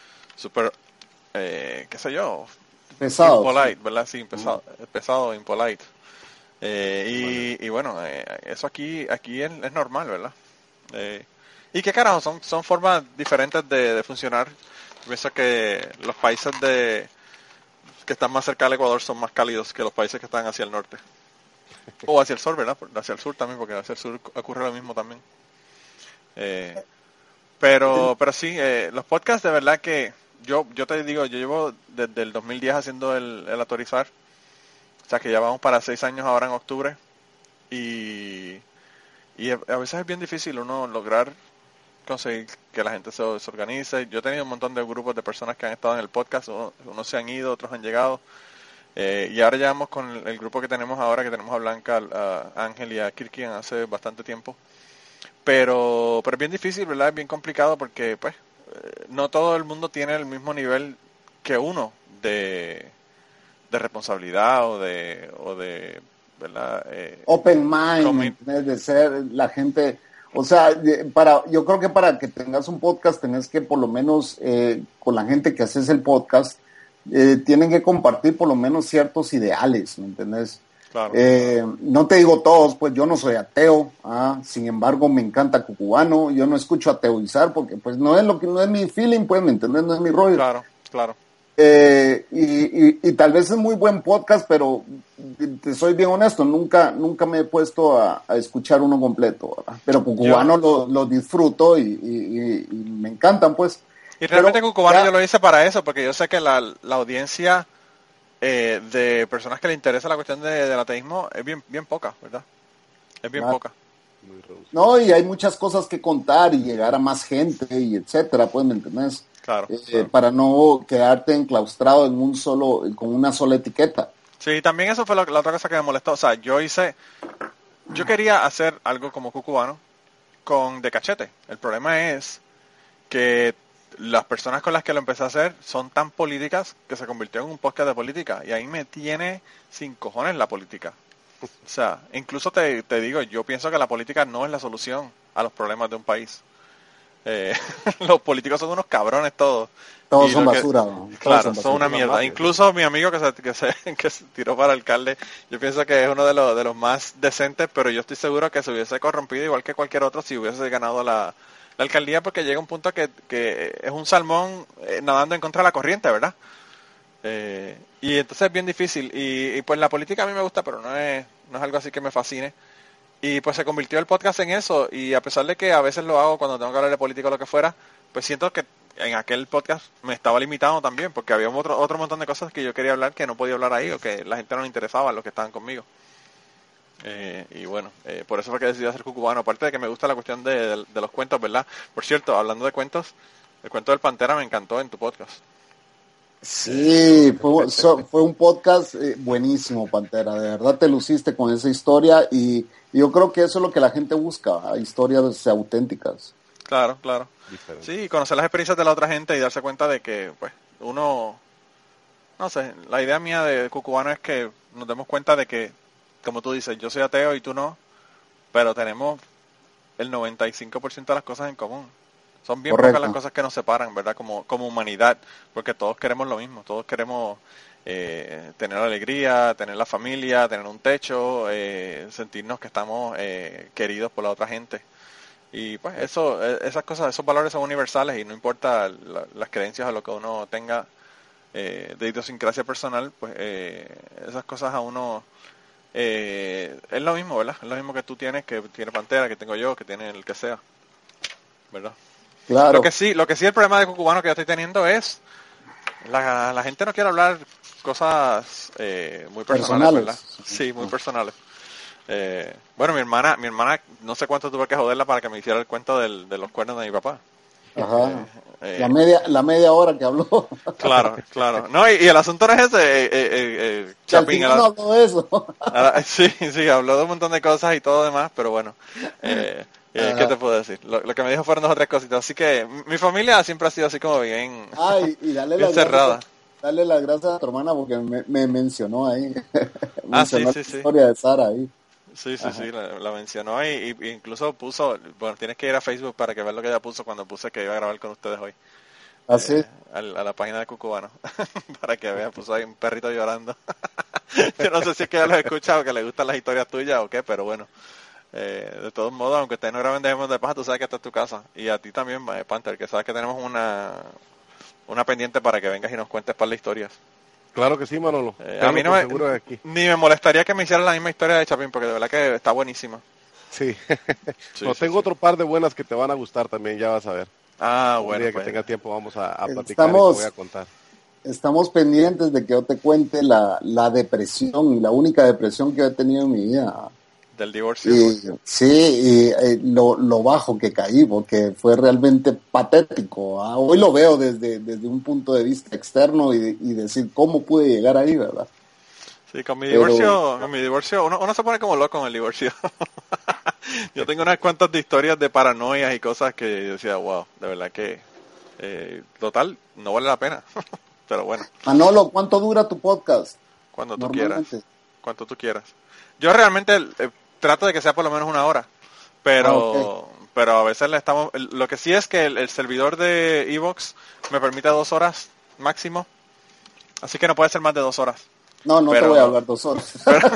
qué sé yo. Pesado. Impolite, ¿verdad? Sí, pesado, impolite. Y bueno, eso aquí es normal, ¿verdad? Y qué carajo, son formas diferentes de funcionar. Pienso que los países que están más cerca del Ecuador son más cálidos que los países que están hacia el norte. O hacia el sur, ¿verdad? Hacia el sur también, porque hacia el sur ocurre lo mismo también. Pero sí, los podcasts de verdad que yo te digo, yo llevo desde el 2010 haciendo el autorizar. O sea que ya vamos para 6 años ahora en octubre. Y a veces es bien difícil uno lograr conseguir que la gente se organice. Yo he tenido un montón de grupos de personas que han estado en el podcast, unos se han ido, otros han llegado. Y ahora ya vamos con el grupo que tenemos ahora, que tenemos a Blanca, a Ángel y a Kirkian hace bastante tiempo. Pero es bien difícil, ¿verdad? Es bien complicado porque pues no todo el mundo tiene el mismo nivel que uno de responsabilidad o de ¿verdad? Open mind, de ser la gente, o sea, yo creo que para que tengas un podcast tenés que por lo menos con la gente que haces el podcast tienen que compartir por lo menos ciertos ideales, ¿me entendés? Claro. No te digo todos, pues yo no soy ateo, sin embargo me encanta Cucubano, yo no escucho ateoizar porque pues no es mi feeling, pues, ¿me entendés? No es mi rollo. Claro. Y tal vez es muy buen podcast, pero te soy bien honesto, nunca me he puesto a escuchar uno completo, ¿verdad? Pero Cucubano lo disfruto y me encantan, pues. Y realmente Cucubano yo lo hice para eso, porque yo sé que la audiencia de personas que le interesa la cuestión del ateísmo es bien poca, ¿verdad? Es bien poca. No, y hay muchas cosas que contar y llegar a más gente y etcétera, pues, ¿me entendés? Claro. Para no quedarte enclaustrado con una sola etiqueta. Sí, también eso fue la otra cosa que me molestó. O sea, yo quería hacer algo como Cucubano de cachete. El problema es que las personas con las que lo empecé a hacer son tan políticas que se convirtió en un podcast de política. Y ahí me tiene sin cojones la política. O sea, incluso te digo, yo pienso que la política no es la solución a los problemas de un país. Los políticos son unos cabrones todos. Todos son basura. Claro, son una mierda. Incluso mi amigo que se tiró para alcalde, yo pienso que es uno de los más decentes, pero yo estoy seguro que se hubiese corrompido igual que cualquier otro si hubiese ganado la alcaldía, porque llega un punto que es un salmón nadando en contra de la corriente, ¿verdad? Y entonces es bien difícil. Y pues la política a mí me gusta, pero no es algo así que me fascine. Y pues se convirtió el podcast en eso, y a pesar de que a veces lo hago cuando tengo que hablar de política o lo que fuera, pues siento que en aquel podcast me estaba limitando también, porque había otro montón de cosas que yo quería hablar que no podía hablar ahí, o que la gente no le interesaba, los que estaban conmigo. Y bueno, por eso fue que decidí hacer Cucubano, aparte de que me gusta la cuestión de los cuentos, ¿verdad? Por cierto, hablando de cuentos, el cuento del Pantera me encantó en tu podcast. Sí, fue un podcast buenísimo, Pantera. De verdad te luciste con esa historia y yo creo que eso es lo que la gente busca, historias auténticas. Claro. Sí, conocer las experiencias de la otra gente y darse cuenta de que, pues, uno, no sé, la idea mía de Cucubano es que nos demos cuenta de que, como tú dices, yo soy ateo y tú no, pero tenemos el 95% de las cosas en común. Son bien pocas las cosas que nos separan, ¿verdad? Como humanidad, porque todos queremos lo mismo, todos queremos tener la alegría, tener la familia, tener un techo, sentirnos que estamos queridos por la otra gente. Y pues esas cosas, esos valores son universales y no importa las creencias o lo que uno tenga de idiosincrasia personal, pues esas cosas a uno es lo mismo, ¿verdad? Es lo mismo que tú tienes, que tiene Pantera, que tengo yo, que tiene el que sea, ¿verdad? Claro. Lo que sí el problema de Cucubano que yo estoy teniendo es la gente no quiere hablar cosas muy personales, ¿verdad? Sí, muy personales. Bueno, mi hermana no sé cuánto tuve que joderla para que me hiciera el cuento de los cuernos de mi papá. Ajá. La media hora que habló. Claro. No, y el asunto no es ese. Chapín, no habló de eso. Sí, habló de un montón de cosas y todo demás, pero bueno. ¿Qué te puedo decir? Lo que me dijo fueron 2 o 3 cositas. Así que mi familia siempre ha sido así como bien, y dale bien cerrada. Dale las gracias a tu hermana porque me mencionó ahí. Sí. La historia de Sara ahí. Sí, la mencionó y incluso puso, bueno, tienes que ir a Facebook para que veas lo que ella puso cuando puse que iba a grabar con ustedes hoy. ¿Sí? A la página de Cucubano, para que vean, puso ahí un perrito llorando. Yo no sé si es que ella lo escucha o que le gustan las historias tuyas o qué, pero bueno. De todos modos, aunque ustedes no graben Dejemos de Paja, tú sabes que esta es tu casa. Y a ti también, Panther, que sabes que tenemos una pendiente para que vengas y nos cuentes par de historias. Claro que sí, Manolo. A mí ni me molestaría que me hicieran la misma historia de Chapín, porque de verdad que está buenísima. Sí. Tengo otro par de buenas que te van a gustar también, ya vas a ver. Un día pues. que tenga tiempo vamos a platicar y te voy a contar. Estamos pendientes de que yo te cuente la depresión, la única depresión que he tenido en mi vida. ¿Del divorcio? Sí, lo bajo que caí, porque fue realmente patético. Hoy lo veo desde un punto de vista externo y decir cómo pude llegar ahí, ¿verdad? Sí, con mi divorcio, uno se pone como loco con el divorcio. Yo tengo unas cuantas de historias de paranoias y cosas que yo decía, wow, de verdad que total, no vale la pena. Pero bueno. Manolo, ¿cuánto dura tu podcast? Cuando tú quieras. Cuanto tú quieras. Yo realmente trato de que sea por lo menos 1 hora. Pero a veces lo que sí es que el servidor de Evox me permite 2 horas máximo. Así que no puede ser más de 2 horas. No te voy a hablar 2 horas.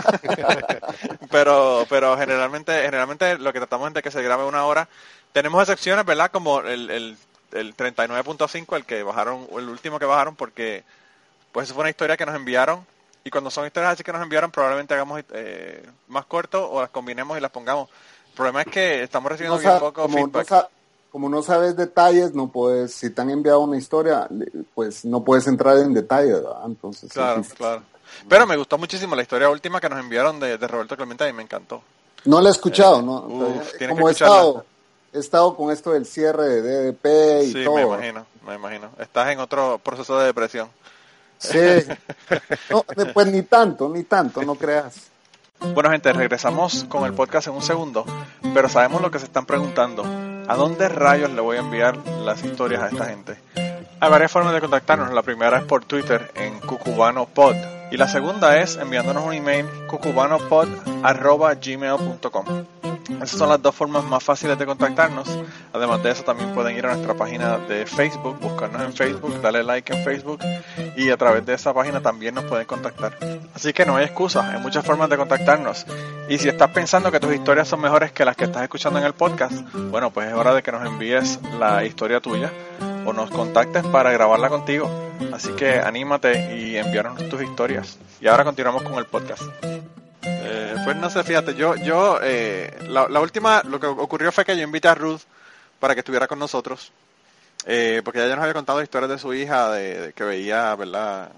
Pero generalmente lo que tratamos es de que se grabe 1 hora. Tenemos excepciones, ¿verdad? Como el 39.5, el que bajaron, el último que bajaron, porque pues eso fue una historia que nos enviaron. Y cuando son historias así que nos enviaron, probablemente hagamos más corto o las combinemos y las pongamos. El problema es que estamos recibiendo bien poco feedback. Como no sabes detalles, no puedes, si te han enviado una historia, pues no puedes entrar en detalle, ¿verdad? Entonces, claro. Pero me gustó muchísimo la historia última que nos enviaron de Roberto Clemente y me encantó. No la he escuchado, ¿no? Como he estado con esto del cierre de DDP y todo. Sí, me imagino. Estás en otro proceso de depresión. Sí. No, pues ni tanto, no creas. Bueno, gente, regresamos con el podcast en un segundo, pero sabemos lo que se están preguntando. ¿A dónde rayos le voy a enviar las historias a esta gente? Hay varias formas de contactarnos. La primera es por Twitter en cucubanopod y la segunda es enviándonos un email cucubanopod@gmail.com. Esas son las 2 formas más fáciles de contactarnos. Además de eso, también pueden ir a nuestra página de Facebook, buscarnos en Facebook, darle like en Facebook y a través de esa página también nos pueden contactar. Así que no hay excusa, hay muchas formas de contactarnos. Y si estás pensando que tus historias son mejores que las que estás escuchando en el podcast, bueno, pues es hora de que nos envíes la historia tuya o nos contactes para grabarla contigo. Así que anímate y envíanos tus historias. Y ahora continuamos con el podcast. Pues no sé, fíjate, la última, lo que ocurrió fue que yo invité a Ruth para que estuviera con nosotros, porque ella nos había contado historias de su hija, de que veía, ¿verdad?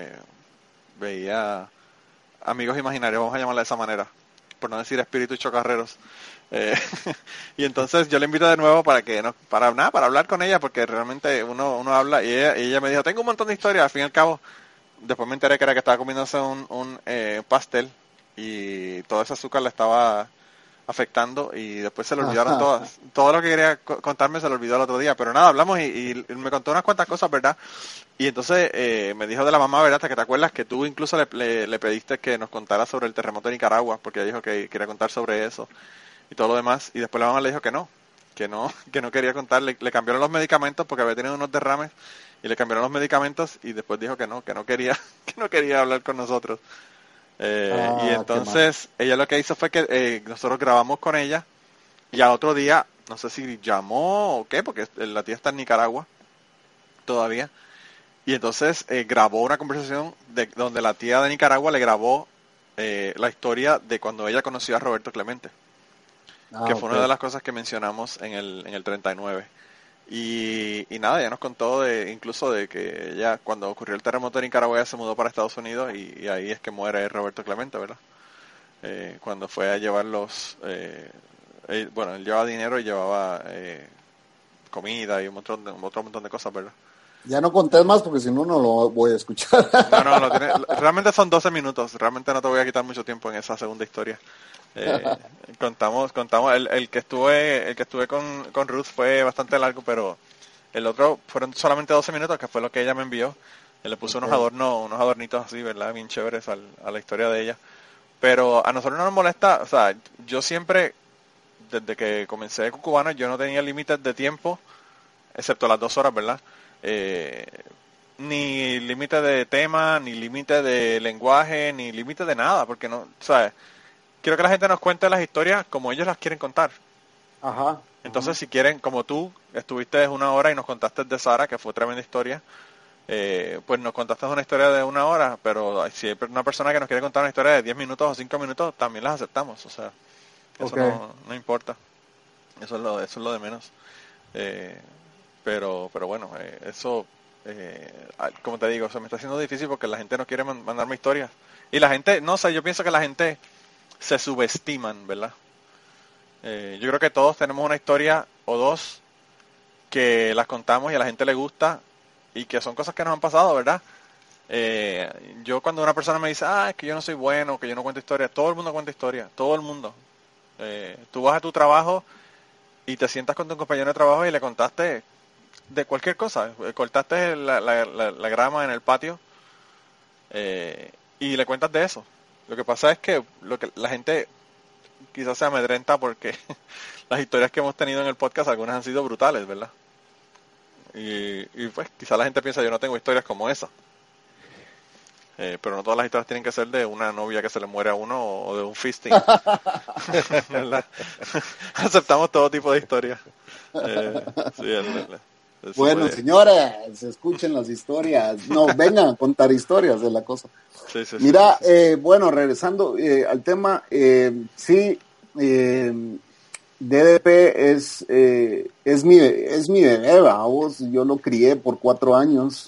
Veía amigos imaginarios, vamos a llamarla de esa manera, por no decir espíritus chocarreros. Y entonces yo le invito de nuevo para hablar con ella, porque realmente uno habla y ella me dijo, tengo un montón de historias, al fin y al cabo, después me enteré que era que estaba comiéndose un pastel y todo ese azúcar le estaba afectando y después se le olvidaron todas. Todo lo que quería contarme se lo olvidó el otro día, pero nada, hablamos y me contó unas cuantas cosas, ¿verdad? Y entonces me dijo de la mamá, ¿verdad? Hasta que te acuerdas que tú incluso le pediste que nos contara sobre el terremoto de Nicaragua, porque ella dijo que quería contar sobre eso y todo lo demás, y después la mamá le dijo que no quería contar, le cambiaron los medicamentos porque había tenido unos derrames y le cambiaron los medicamentos y después dijo que no quería hablar con nosotros. Y entonces ella lo que hizo fue que nosotros grabamos con ella y al otro día, no sé si llamó o qué, porque la tía está en Nicaragua todavía, y entonces grabó una conversación donde la tía de Nicaragua le grabó la historia de cuando ella conoció a Roberto Clemente, que fue una de las cosas que mencionamos en el 39. Y nada, ella nos contó incluso de que ella, cuando ocurrió el terremoto en Nicaragua, ella se mudó para Estados Unidos y ahí es que muere Roberto Clemente, ¿verdad? Cuando fue a llevar él llevaba dinero y llevaba comida y otro montón de cosas, ¿verdad? Ya no contés más porque si no, no lo voy a escuchar. No, realmente son 12 minutos, realmente no te voy a quitar mucho tiempo en esa segunda historia. Contamos el que estuve con Ruth fue bastante largo, pero el otro fueron solamente 12 minutos, que fue lo que ella me envió. Él le puso unos adornitos así, ¿verdad? Bien chéveres a la historia de ella. Pero a nosotros no nos molesta, o sea, yo siempre, desde que comencé Cucubano, yo no tenía límites de tiempo, excepto las 2 horas, ¿verdad? Ni límite de tema, ni límite de lenguaje, ni límite de nada, porque no, ¿sabes? Quiero que la gente nos cuente las historias como ellos las quieren contar. Ajá. Entonces, si quieren, como tú, estuviste 1 hora y nos contaste de Sara, que fue tremenda historia, pues nos contaste una historia de 1 hora, pero si hay una persona que nos quiere contar una historia de 10 minutos o 5 minutos, también las aceptamos, o sea, eso no importa. Eso es lo de menos. Pero bueno, eso, como te digo, se me está haciendo difícil porque la gente no quiere mandarme historias. Y la gente, no sé, yo pienso que la gente se subestiman, ¿verdad? Yo creo que todos tenemos una historia o dos que las contamos y a la gente le gusta y que son cosas que nos han pasado, ¿verdad? Yo cuando una persona me dice, es que yo no soy bueno, que yo no cuento historias, todo el mundo cuenta historias, todo el mundo. Tú vas a tu trabajo y te sientas con tu compañero de trabajo y le contaste de cualquier cosa, cortaste la grama en el patio y le cuentas de eso. Lo que pasa es que la gente quizás se amedrenta porque las historias que hemos tenido en el podcast, algunas han sido brutales, ¿verdad? Y pues quizás la gente piensa, yo no tengo historias como esa. Pero no todas las historias tienen que ser de una novia que se le muere a uno o de un fisting. ¿Verdad? Aceptamos todo tipo de historias. Bueno, señores, escuchen las historias. No, vengan a contar historias de la cosa. Mira, bueno, regresando al tema, sí, DDP es mi bebé, vamos. Yo lo crié por 4 años.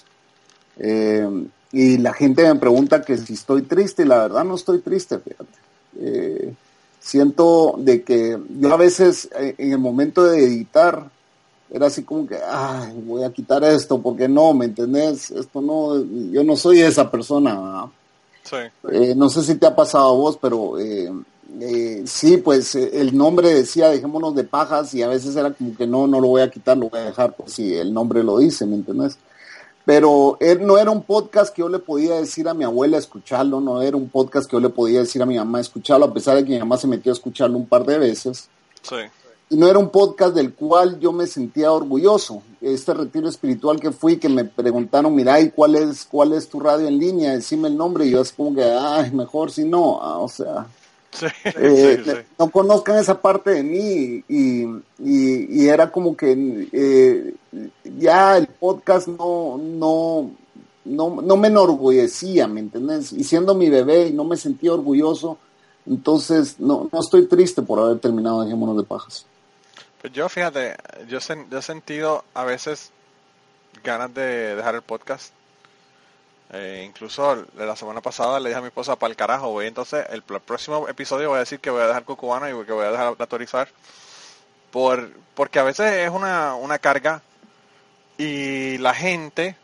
Y la gente me pregunta que si estoy triste, y la verdad no estoy triste, fíjate. Siento de que yo a veces en el momento de editar era así como que, voy a quitar esto, porque no, ¿me entendés? Esto no, yo no soy esa persona, ¿verdad? Sí. No sé si te ha pasado a vos, pero sí, pues el nombre decía dejémonos de pajas y a veces era como que no lo voy a quitar, lo voy a dejar, pues si el nombre lo dice, ¿me entendés? Pero no era un podcast que yo le podía decir a mi abuela escucharlo, no era un podcast que yo le podía decir a mi mamá escucharlo, a pesar de que mi mamá se metió a escucharlo un par de veces. Sí. Y no era un podcast del cual yo me sentía orgulloso. Este retiro espiritual que fui, que me preguntaron, mira, ¿y cuál es tu radio en línea? Decime el nombre. Y yo así como que, mejor si no. O sea, sí. No conozcan esa parte de mí. Y era como que ya el podcast no me enorgullecía, ¿me entendés? Y siendo mi bebé y no me sentía orgulloso, entonces no estoy triste por haber terminado Dejémonos de Pajas. Pues yo, fíjate, yo he sentido a veces ganas de dejar el podcast. Incluso la semana pasada le dije a mi esposa, para el carajo, voy. Entonces, el próximo episodio voy a decir que voy a dejar Cucubana y que voy a dejar de autorizar. Porque a veces es una carga y la gente,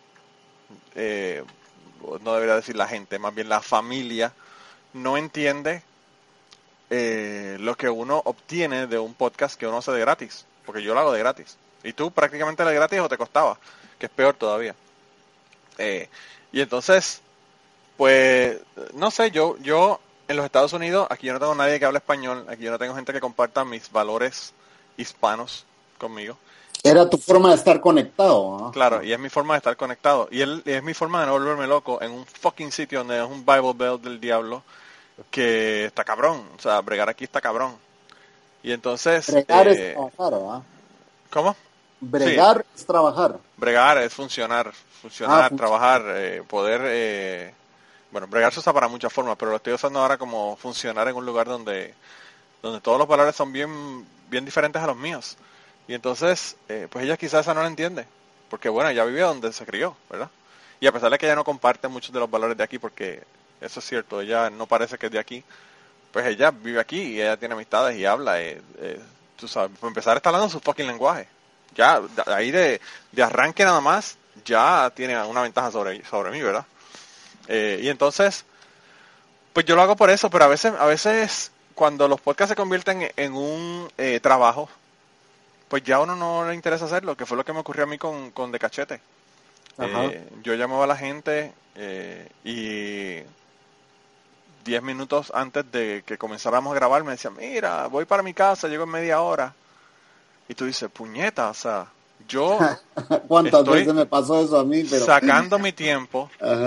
no debería decir la gente, más bien la familia, no entiende lo que uno obtiene de un podcast que uno hace de gratis, porque yo lo hago de gratis y tú prácticamente de gratis o te costaba, que es peor todavía. Y entonces, pues, no sé, yo en los Estados Unidos, aquí yo no tengo nadie que hable español, aquí yo no tengo gente que comparta mis valores hispanos conmigo. Era tu forma de estar conectado, ¿no? Claro, y es mi forma de estar conectado, y es mi forma de no volverme loco en un fucking sitio donde es un Bible Belt del diablo, que está cabrón, o sea, bregar aquí está cabrón. Y entonces... Bregar es trabajar, ¿verdad? ¿Cómo? Bregar es trabajar. Bregar es funcionar, trabajar, poder... bueno, bregar se usa para muchas formas, pero lo estoy usando ahora como funcionar en un lugar donde todos los valores son bien diferentes a los míos. Y entonces, pues ella quizás esa no la entiende, porque bueno, ella vive donde se crió, ¿verdad? Y a pesar de que ella no comparte muchos de los valores de aquí, porque... eso es cierto, ella no parece que es de aquí, pues ella vive aquí y ella tiene amistades y habla, tú sabes, por empezar está hablando su fucking lenguaje, ya ahí de arranque nada más, ya tiene una ventaja sobre mí, ¿verdad? Y entonces, pues yo lo hago por eso, pero a veces cuando los podcasts se convierten en un trabajo, pues ya a uno no le interesa hacerlo, que fue lo que me ocurrió a mí con De Cachete. Yo llamaba a la gente y 10 minutos antes de que comenzáramos a grabar me decían, mira, voy para mi casa, llego en media hora. Y tú dices, puñeta, o sea, yo ¿cuántas veces me pasó eso a mí? Pero... sacando mi tiempo,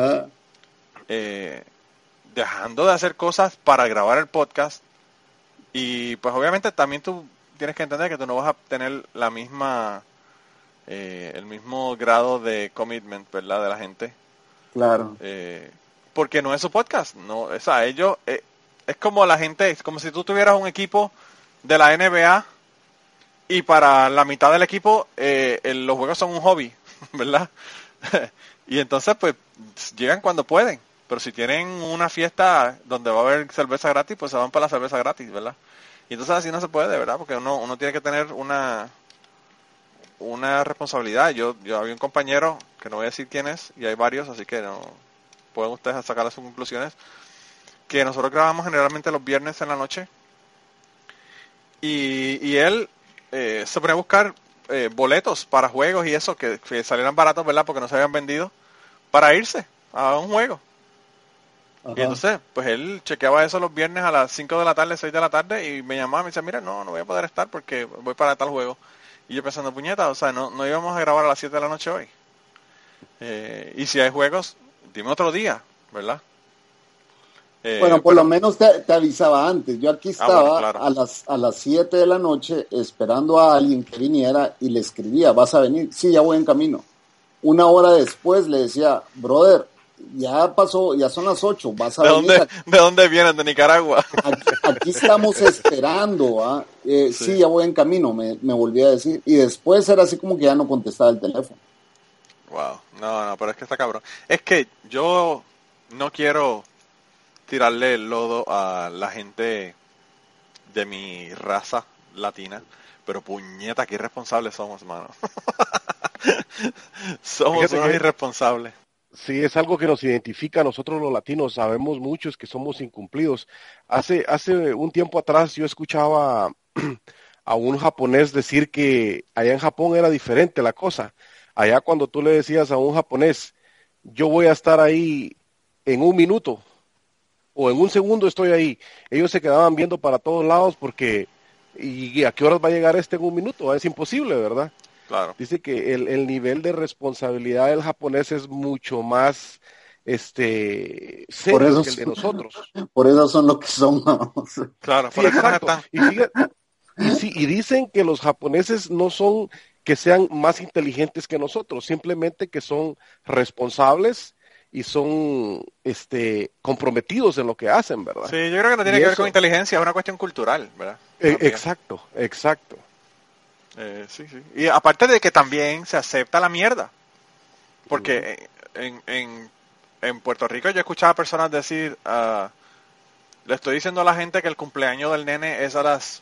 dejando de hacer cosas para grabar el podcast. Y pues obviamente también tú tienes que entender que tú no vas a tener la misma... el mismo grado de commitment, ¿verdad? De la gente. Claro. Porque no es su podcast, no, o sea, ellos, es como la gente, es como si tú tuvieras un equipo de la NBA Y para la mitad del equipo, los juegos son un hobby, ¿verdad? Y entonces, pues, llegan cuando pueden. Pero si tienen una fiesta donde va a haber cerveza gratis, pues se van para la cerveza gratis, ¿verdad? Y entonces así no se puede, ¿verdad? Porque uno tiene que tener una responsabilidad. Yo había un compañero, que no voy a decir quién es, y hay varios, así que no pueden ustedes sacar sus conclusiones, que nosotros grabamos generalmente los viernes en la noche. Y él se ponía a buscar boletos para juegos y eso, que salieran baratos, ¿verdad? Porque no se habían vendido, para irse a un juego. Ajá. Y entonces, pues él chequeaba eso los viernes a las 5 de la tarde, 6 de la tarde, y me llamaba y me decía, mira, no voy a poder estar porque voy para tal juego. Y yo pensando, puñeta, o sea, no íbamos a grabar a las 7 de la noche hoy. Y si hay juegos, dime otro día, ¿verdad? Bueno, por lo menos te avisaba antes. Yo aquí estaba bueno, claro. a las 7 de la noche esperando a alguien que viniera y le escribía, ¿vas a venir? Sí, ya voy en camino. Una hora después le decía, brother, ya pasó, ya son las 8, vas a venir. ¿De dónde vienen? ¿De Nicaragua? Aquí estamos esperando, sí, ya voy en camino, me volví a decir. Y después era así como que ya no contestaba el teléfono. Wow, no, pero es que está cabrón. Es que yo no quiero tirarle el lodo a la gente de mi raza latina, pero puñeta, qué irresponsables somos, mano. Somos unos irresponsables. Sí, es algo que nos identifica a nosotros los latinos, sabemos muchos que somos incumplidos. Hace un tiempo atrás yo escuchaba a un japonés decir que allá en Japón era diferente la cosa. Allá cuando tú le decías a un japonés, yo voy a estar ahí en 1 minuto, o en 1 segundo estoy ahí, ellos se quedaban viendo para todos lados porque, ¿y a qué horas va a llegar en 1 minuto? Es imposible, ¿verdad? Claro. Dice que el nivel de responsabilidad del japonés es mucho más serio que el de nosotros. Por eso son lo que somos. Claro, sí, exacto. Y dicen que los japoneses no son que sean más inteligentes que nosotros, simplemente que son responsables y son comprometidos en lo que hacen, ¿verdad? Sí, yo creo que no tiene que ver con inteligencia, es una cuestión cultural, ¿verdad? Exacto. Sí. Y aparte de que también se acepta la mierda. Porque en Puerto Rico yo escuchaba personas decir, le estoy diciendo a la gente que el cumpleaños del nene es a las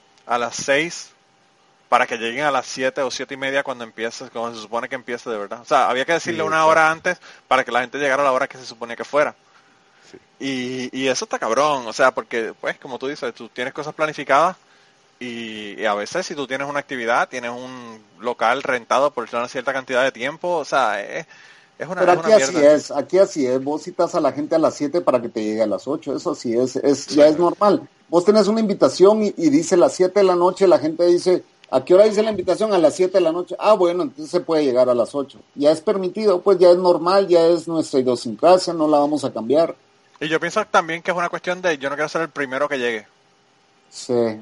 6 para que lleguen a las 7 o 7 y media cuando se supone que empiece de verdad. O sea, había que decirle una hora antes para que la gente llegara a la hora que se suponía que fuera. Sí. Y eso está cabrón, o sea, porque, pues, como tú dices, tú tienes cosas planificadas y a veces si tú tienes una actividad, tienes un local rentado por una cierta cantidad de tiempo, o sea, es una Pero aquí mierda. Aquí así es, vos citas a la gente a las 7 para que te llegue a las 8, eso sí ya es normal. Vos tenés una invitación y dice las 7 de la noche, la gente dice, ¿a qué hora dice la invitación? A las 7 de la noche. Ah, bueno, entonces se puede llegar a las 8. Ya es permitido, pues ya es normal, ya es nuestra idiosincrasia, no la vamos a cambiar. Y yo pienso también que es una cuestión de yo no quiero ser el primero que llegue. Sí.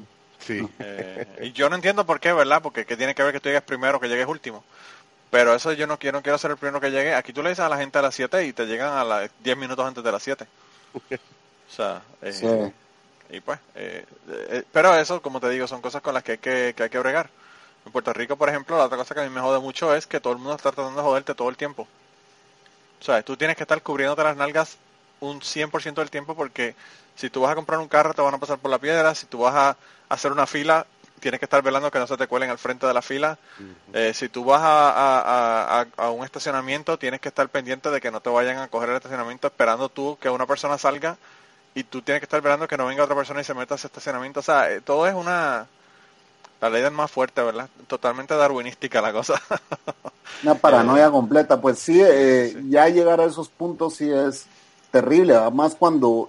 Y yo no entiendo por qué, ¿verdad? Porque ¿qué tiene que ver que tú llegues primero que llegues último? Pero eso yo no quiero ser el primero que llegue. Aquí tú le dices a la gente a las 7 y te llegan a las 10 minutos antes de las 7. O sea, sí. Y pues, pero eso, como te digo, son cosas con las que hay que bregar. En Puerto Rico, por ejemplo, la otra cosa que a mí me jode mucho es que todo el mundo está tratando de joderte todo el tiempo. O sea, tú tienes que estar cubriéndote las nalgas un 100% del tiempo porque si tú vas a comprar un carro te van a pasar por la piedra, si tú vas a hacer una fila tienes que estar velando que no se te cuelen al frente de la fila. Si tú vas a un estacionamiento tienes que estar pendiente de que no te vayan a coger el estacionamiento esperando tú que una persona salga y tú tienes que estar velando que no venga otra persona y se meta a ese estacionamiento. O sea, todo es la ley del más fuerte, ¿verdad? Totalmente darwinística la cosa. Una paranoia completa. Pues sí, ya llegar a esos puntos sí es terrible. Además cuando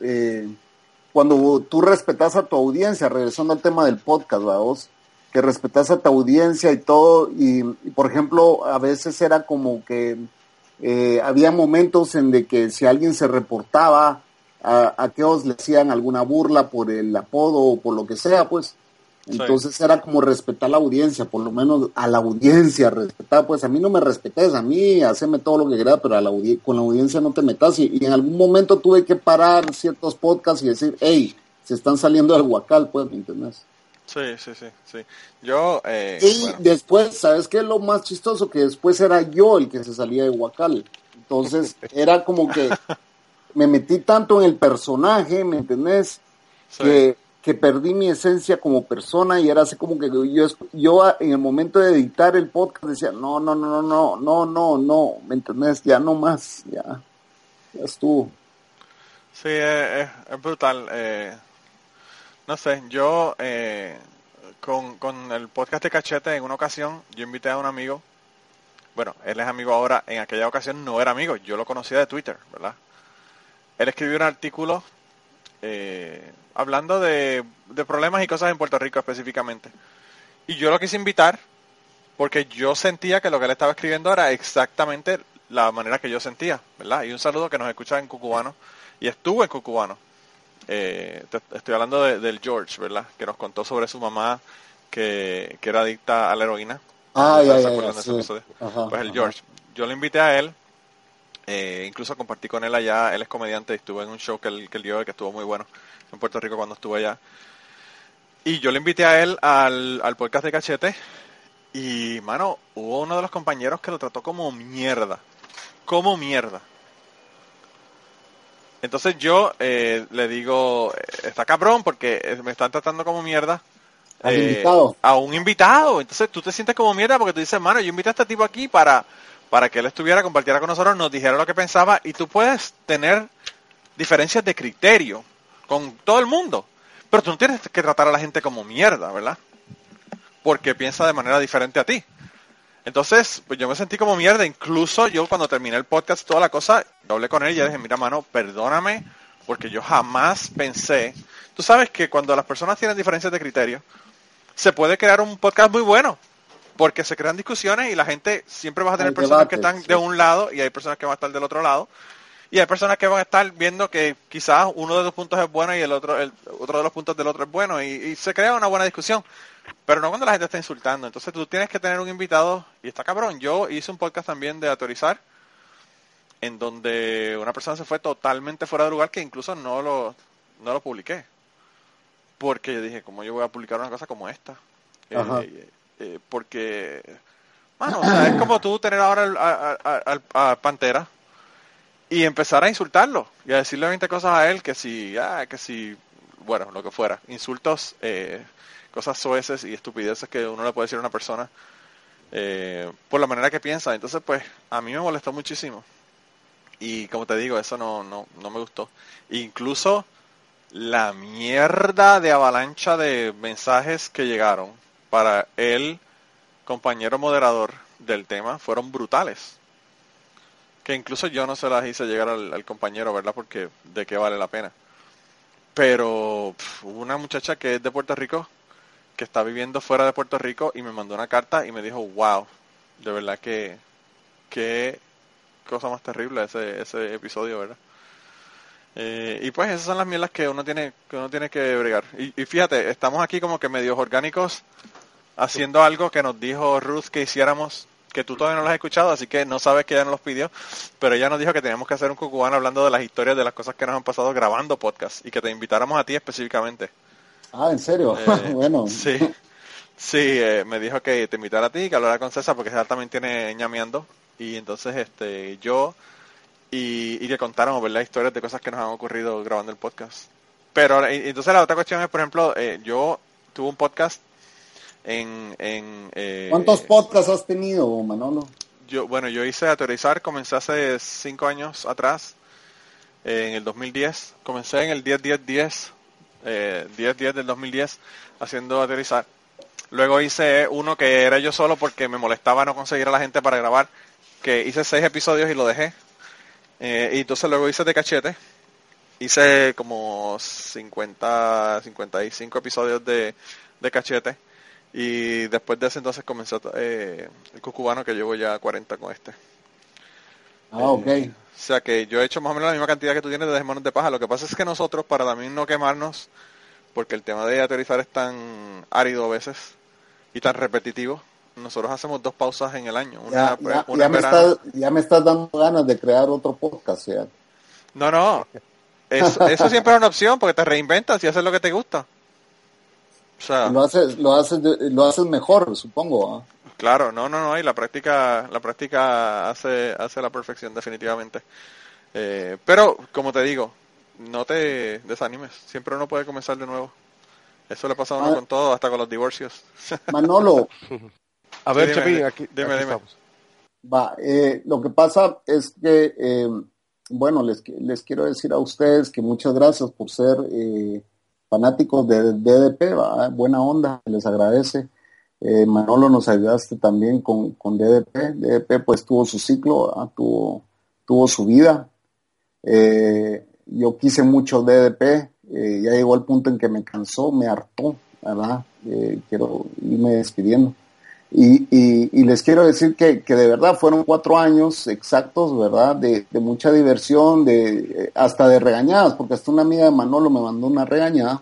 tú respetas a tu audiencia, regresando al tema del podcast, ¿verdad? Vos, que respetas a tu audiencia y todo, y por ejemplo, a veces era como que había momentos en de que si alguien se reportaba, a que os le hacían alguna burla por el apodo o por lo que sea, pues, entonces era como respetar la audiencia, por lo menos a la audiencia respetar, pues a mí no me respetes, a mí haceme todo lo que quieras, pero con la audiencia no te metas, y en algún momento tuve que parar ciertos podcasts y decir, hey, se están saliendo del huacal, pues, ¿me entiendes? Sí. Yo, Y bueno. después, ¿sabes qué es lo más chistoso? Que después era yo el que se salía de Huacal. Entonces, era como que me metí tanto en el personaje, ¿me entendés? Sí. Que perdí mi esencia como persona y era así como que yo en el momento de editar el podcast decía, no, ¿me entendés? Ya no más, ya estuvo. Sí, es brutal. No sé, yo con el podcast de Cachete en una ocasión, yo invité a un amigo. Bueno, él es amigo ahora, en aquella ocasión no era amigo, yo lo conocía de Twitter, ¿verdad? Él escribió un artículo hablando de problemas y cosas en Puerto Rico específicamente. Y yo lo quise invitar porque yo sentía que lo que él estaba escribiendo era exactamente la manera que yo sentía, ¿verdad? Y un saludo que nos escucha en Cucubano y estuvo en Cucubano. Estoy hablando del George, ¿verdad? Que nos contó sobre su mamá que era adicta a la heroína. No sé si ustedes se acuerdan de ese Sí. episodio. Ajá, Pues el ajá. George. Yo le invité a él. Incluso compartí con él allá. Él es comediante y estuvo en un show que él dio, que estuvo muy bueno en Puerto Rico cuando estuve allá. Y yo le invité a él al podcast de Cachete. Y, mano, hubo uno de los compañeros que lo trató como mierda. Como mierda. Entonces yo le digo, está cabrón porque me están tratando como mierda Al invitado. a un invitado. Entonces tú te sientes como mierda porque tú dices, mano, yo invité a este tipo aquí para que él estuviera, compartiera con nosotros, nos dijera lo que pensaba y tú puedes tener diferencias de criterio con todo el mundo. Pero tú no tienes que tratar a la gente como mierda, ¿verdad? Porque piensa de manera diferente a ti. Entonces, pues yo me sentí como mierda. Incluso yo cuando terminé el podcast y toda la cosa, yo hablé con él y le dije, mira, mano, perdóname, porque yo jamás pensé. Tú sabes que cuando las personas tienen diferencias de criterio, se puede crear un podcast muy bueno, porque se crean discusiones y la gente siempre va a tener Hay personas que debates, están sí. de un lado y hay personas que van a estar del otro lado. Y hay personas que van a estar viendo que quizás uno de los puntos es bueno y el otro de los puntos del otro es bueno y se crea una buena discusión. Pero no cuando la gente está insultando. Entonces tú tienes que tener un invitado y está cabrón. Yo hice un podcast también de autorizar en donde una persona se fue totalmente fuera de lugar que incluso no lo publiqué. Porque yo dije, ¿cómo yo voy a publicar una cosa como esta? Ajá. Porque, mano, o sea, es como tú tener ahora a Pantera y empezar a insultarlo y a decirle 20 cosas a él que si, bueno, lo que fuera, insultos, cosas soeces y estupideces que uno le puede decir a una persona por la manera que piensa. Entonces, pues, a mí me molestó muchísimo y como te digo, eso no me gustó. Incluso la mierda de avalancha de mensajes que llegaron para el compañero moderador del tema fueron brutales. Que incluso yo no se las hice llegar al compañero, ¿verdad? Porque de qué vale la pena. Pero hubo una muchacha que es de Puerto Rico, que está viviendo fuera de Puerto Rico y me mandó una carta y me dijo, wow, de verdad que qué cosa más terrible ese episodio, ¿verdad? Y pues esas son las mierdas que uno tiene que bregar. Y fíjate, estamos aquí como que medios orgánicos haciendo algo que nos dijo Ruth que hiciéramos, que tú todavía no lo has escuchado, así que no sabes que ella nos los pidió, pero ella nos dijo que teníamos que hacer un cucubano hablando de las historias de las cosas que nos han pasado grabando podcast y que te invitáramos a ti específicamente. Ah, ¿en serio? Bueno. Sí, me dijo que te invitara a ti, que hablara con César, porque César también tiene ñameando, y entonces yo y que contáramos, ¿verdad?, historias de cosas que nos han ocurrido grabando el podcast. Pero entonces la otra cuestión es, por ejemplo, yo tuve un podcast ¿Cuántos podcasts has tenido, Manolo? Yo hice Aterrizar, comencé hace 5 años atrás, en el 2010. Comencé en el 10-10-10, 10-10 del 2010, haciendo Aterrizar. Luego hice uno que era yo solo porque me molestaba no conseguir a la gente para grabar, que hice 6 episodios y lo dejé. Y entonces luego hice de Cachete. Hice como 55 episodios de Cachete. Y después de ese entonces comenzó el Cucubano, que llevo ya 40 con este. Ok. O sea que yo he hecho más o menos la misma cantidad que tú tienes de Manos de Paja. Lo que pasa es que nosotros, para también no quemarnos, porque el tema de aterrizar es tan árido a veces y tan repetitivo, nosotros hacemos 2 pausas en el año. Una en verano. Ya me estás dando ganas de crear otro podcast, ya. No. Eso siempre es una opción porque te reinventas y haces lo que te gusta. O sea, lo haces mejor, supongo. claro, no, y la práctica hace la perfección definitivamente. Pero, como te digo, no te desanimes, siempre uno puede comenzar de nuevo. Eso le pasa a uno con todo, hasta con los divorcios. Manolo. A ver, Sí, Chapín, aquí dime. estamos. Lo que pasa es que, bueno, les quiero decir a ustedes que muchas gracias por ser fanáticos de DDP, ¿va? Buena onda, les agradece. Manolo, nos ayudaste también con DDP. DDP pues tuvo su ciclo, ¿va? Tuvo su vida. Yo quise mucho DDP, ya llegó al punto en que me cansó, me hartó, ¿verdad? Quiero irme despidiendo. Y les quiero decir que de verdad fueron 4 años exactos, ¿verdad? De mucha diversión, hasta de regañadas, porque hasta una amiga de Manolo me mandó una regañada.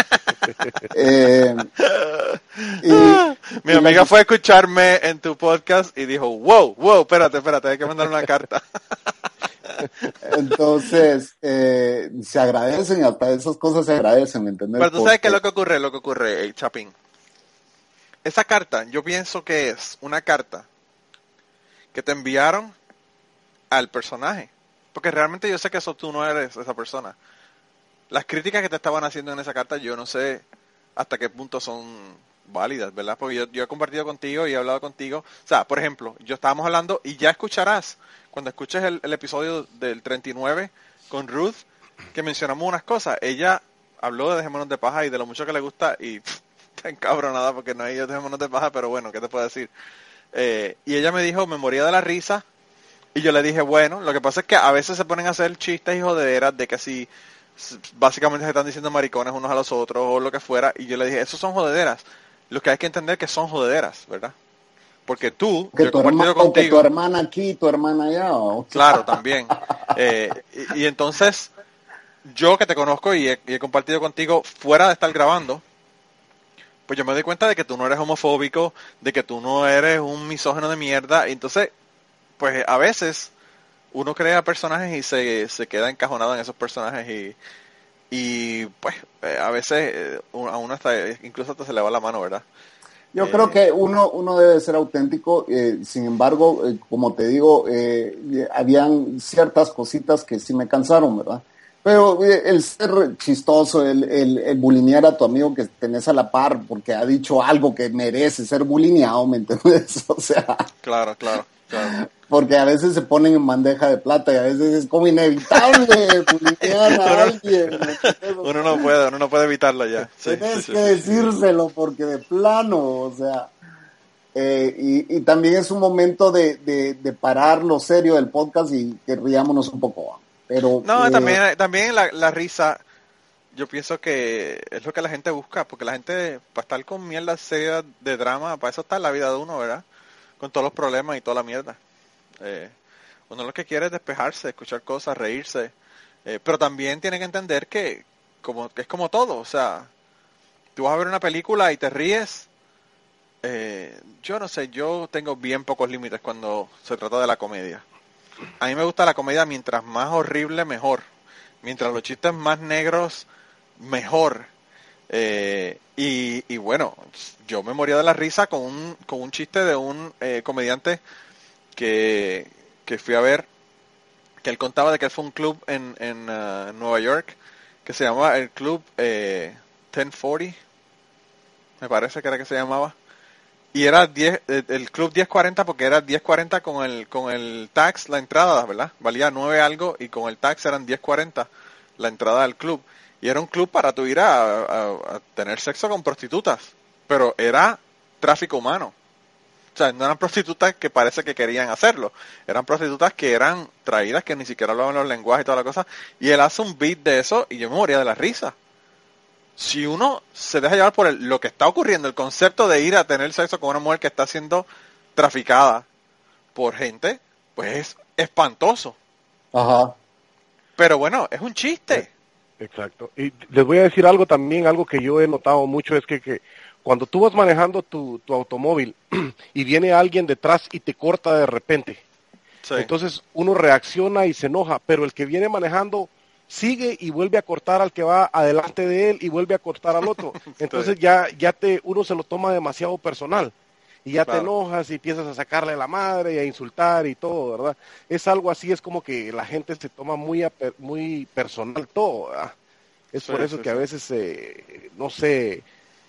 Mi amiga fue a escucharme en tu podcast y dijo, wow, espérate, hay que mandar una carta. Entonces, se agradecen, hasta esas cosas se agradecen, ¿me entiendes? Pero tú sabes que lo que ocurre, Chapín. Esa carta, yo pienso que es una carta que te enviaron al personaje. Porque realmente yo sé que tú no eres esa persona. Las críticas que te estaban haciendo en esa carta, yo no sé hasta qué punto son válidas, ¿verdad? Porque yo he compartido contigo y he hablado contigo. O sea, por ejemplo, yo estábamos hablando y ya escucharás, cuando escuches el episodio del 39 con Ruth, que mencionamos unas cosas. Ella habló de Dejémonos de Paja y de lo mucho que le gusta y está encabronada porque no hay Dejémonos de Paja, pero bueno, ¿qué te puedo decir? Y ella me dijo, me moría de la risa, y yo le dije, bueno, lo que pasa es que a veces se ponen a hacer chistes y jodederas de que si básicamente se están diciendo maricones unos a los otros o lo que fuera, y yo le dije, esos son jodederas. Lo que hay que entender que son jodederas, ¿verdad? Porque yo he compartido contigo, que tu hermana aquí, tu hermana allá. ¿O? Claro, también. Y entonces, yo que te conozco y he compartido contigo fuera de estar grabando, pues yo me doy cuenta de que tú no eres homofóbico, de que tú no eres un misógino de mierda. Y entonces, pues a veces uno crea personajes y se queda encajonado en esos personajes y pues a veces a uno incluso hasta se le va la mano, ¿verdad? Yo creo que uno debe ser auténtico, sin embargo, como te digo, habían ciertas cositas que sí me cansaron, ¿verdad? Pero el ser chistoso, el bulinear a tu amigo que tenés a la par porque ha dicho algo que merece ser bulineado, ¿me entiendes? O sea... Claro. Porque a veces se ponen en bandeja de plata y a veces es como inevitable bulinear a alguien. Uno no puede evitarlo ya. Tienes que decírselo porque de plano, o sea... y también es un momento de parar lo serio del podcast y que riámonos un poco. Pero, no, también la risa, yo pienso que es lo que la gente busca, porque la gente, para estar con mierda seria de drama, para eso está la vida de uno, ¿verdad? Con todos los problemas y toda la mierda. Uno lo que quiere es despejarse, escuchar cosas, reírse, pero también tiene que entender que es como todo, o sea, tú vas a ver una película y te ríes. Yo no sé, yo tengo bien pocos límites cuando se trata de la comedia. A mí me gusta la comedia mientras más horrible, mejor. Mientras los chistes más negros, mejor. Y bueno, yo me moría de la risa con un chiste de un comediante que fui a ver, que él contaba de que él fue a un club en Nueva York, que se llamaba el Club 1040, me parece que era que se llamaba. Y era el club 1040 porque era 1040 con el tax, la entrada, ¿verdad? Valía 9 algo y con el tax eran 1040 la entrada del club. Y era un club para tú ir a tener sexo con prostitutas. Pero era tráfico humano. O sea, no eran prostitutas que parece que querían hacerlo. Eran prostitutas que eran traídas, que ni siquiera hablaban los lenguajes y toda la cosa. Y él hace un beat de eso y yo me moría de la risa. Si uno se deja llevar por lo que está ocurriendo, el concepto de ir a tener sexo con una mujer que está siendo traficada por gente, pues es espantoso. Ajá. Pero bueno, es un chiste. Exacto. Y les voy a decir algo también, algo que yo he notado mucho, es que cuando tú vas manejando tu automóvil y viene alguien detrás y te corta de repente, Sí. entonces uno reacciona y se enoja, pero el que viene manejando sigue y vuelve a cortar al que va adelante de él y vuelve a cortar al otro. Entonces uno se lo toma demasiado personal y ya te enojas y empiezas a sacarle la madre y a insultar y todo, ¿verdad? Es algo así, es como que la gente se toma muy personal todo, ¿verdad? Es por eso que a veces, no sé,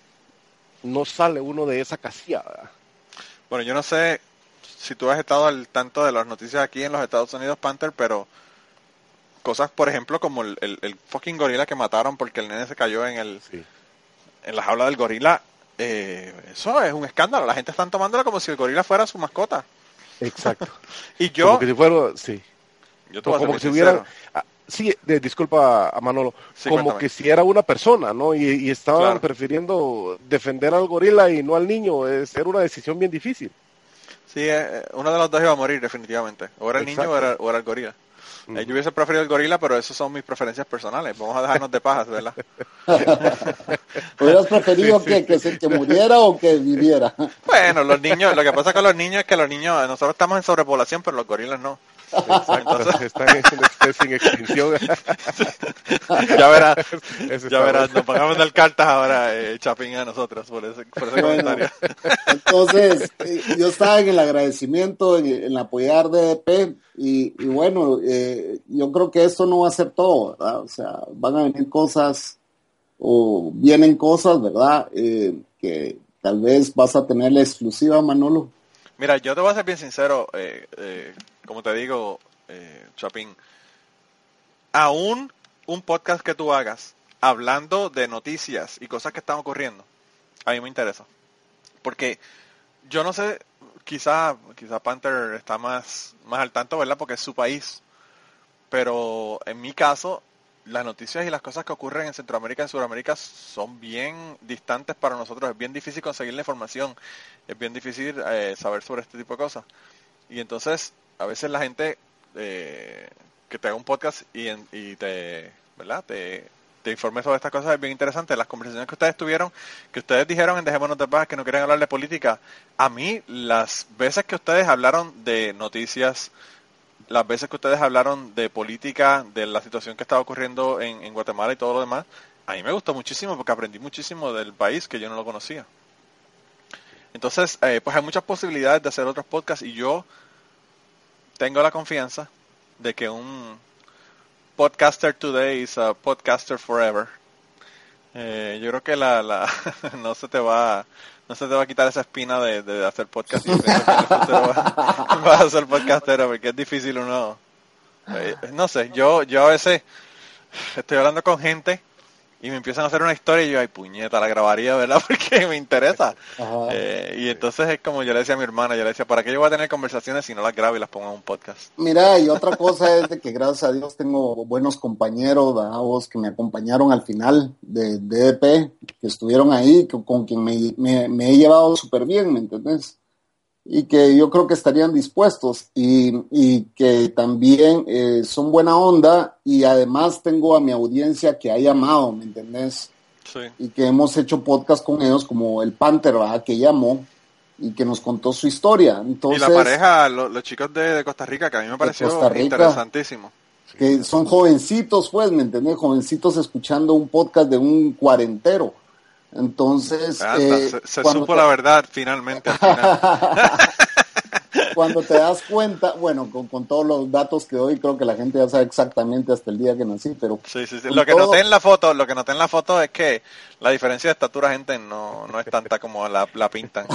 no sale uno de esa casilla, ¿verdad? Bueno, yo no sé si tú has estado al tanto de las noticias aquí en los Estados Unidos, Panther, pero cosas, por ejemplo, como el fucking gorila que mataron porque el nene se cayó en la jaula del gorila, eso es un escándalo. La gente está tomándolo como si el gorila fuera su mascota. Exacto. Y yo... Como que si fuera, sí. Yo te voy a como ser si sincero. hubiera... disculpa a Manolo, Sí, como cuéntame. que si era una persona, ¿no? Y estaban prefiriendo defender al gorila y no al niño. Era una decisión bien difícil. Sí, uno de los dos iba a morir definitivamente. O era el niño o era el gorila. Yo hubiese preferido el gorila, pero esas son mis preferencias personales. Vamos a dejarnos de pajas, ¿verdad? ¿Hubieras preferido que muriera o que viviera? Bueno, los niños, lo que pasa con los niños es que nosotros estamos en sobrepoblación, pero los gorilas no. Exacto, están en especie en extinción. Ya verás, nos van a mandar cartas ahora, Chapín, a nosotros por ese comentario. Entonces, yo estaba en el agradecimiento, en apoyar DDP, y bueno, yo creo que esto no va a ser todo, ¿verdad? O sea, van a venir cosas, o vienen cosas, ¿verdad? Que tal vez vas a tener la exclusiva, Manolo. Mira, yo te voy a ser bien sincero, como te digo, Chapín, aún un podcast que tú hagas hablando de noticias y cosas que están ocurriendo, a mí me interesa. Porque yo no sé, quizá Panther está más al tanto, ¿verdad? Porque es su país. Pero en mi caso, las noticias y las cosas que ocurren en Centroamérica y en Sudamérica son bien distantes para nosotros. Es bien difícil conseguir la información. Es bien difícil saber sobre este tipo de cosas. Y entonces, a veces la gente que te haga un podcast y te, ¿verdad? Te informe sobre estas cosas es bien interesante. Las conversaciones que ustedes tuvieron, que ustedes dijeron en Dejémonos de Paz que no quieren hablar de política. A mí, las veces que ustedes hablaron de noticias, las veces que ustedes hablaron de política, de la situación que estaba ocurriendo en Guatemala y todo lo demás, a mí me gustó muchísimo porque aprendí muchísimo del país que yo no lo conocía. Entonces, pues hay muchas posibilidades de hacer otros podcasts y yo tengo la confianza de que un podcaster today is a podcaster forever. Yo creo que no se te va a quitar esa espina de hacer podcast y yo pienso que en el futuro vas a ser podcastero porque es difícil uno, no sé, yo a veces estoy hablando con gente y me empiezan a hacer una historia y yo, ay puñeta, la grabaría, ¿verdad? Porque me interesa. Y entonces es como yo le decía a mi hermana, yo le decía, ¿para qué yo voy a tener conversaciones si no las grabo y las pongo en un podcast? Mira, y otra cosa es de que gracias a Dios tengo buenos compañeros, ¿verdad? Vos que me acompañaron al final de DDP, que estuvieron ahí, con quien me he llevado súper bien, ¿me entendés? Y que yo creo que estarían dispuestos y que también son buena onda y además tengo a mi audiencia que ha llamado, ¿me entendés? Sí. Y que hemos hecho podcast con ellos como el Panther, ¿verdad? Que llamó y que nos contó su historia. Entonces, y la pareja, los chicos de Costa Rica, que a mí me pareció interesantísimo. Que son jovencitos, pues, ¿me entendés? Jovencitos escuchando un podcast de un cuarentero. Entonces, se supo la verdad finalmente al final. Cuando te das cuenta, bueno, con todos los datos que doy, creo que la gente ya sabe exactamente hasta el día que nací, pero sí. Lo que noté en la foto es que la diferencia de estatura, gente, no es tanta como la pintan.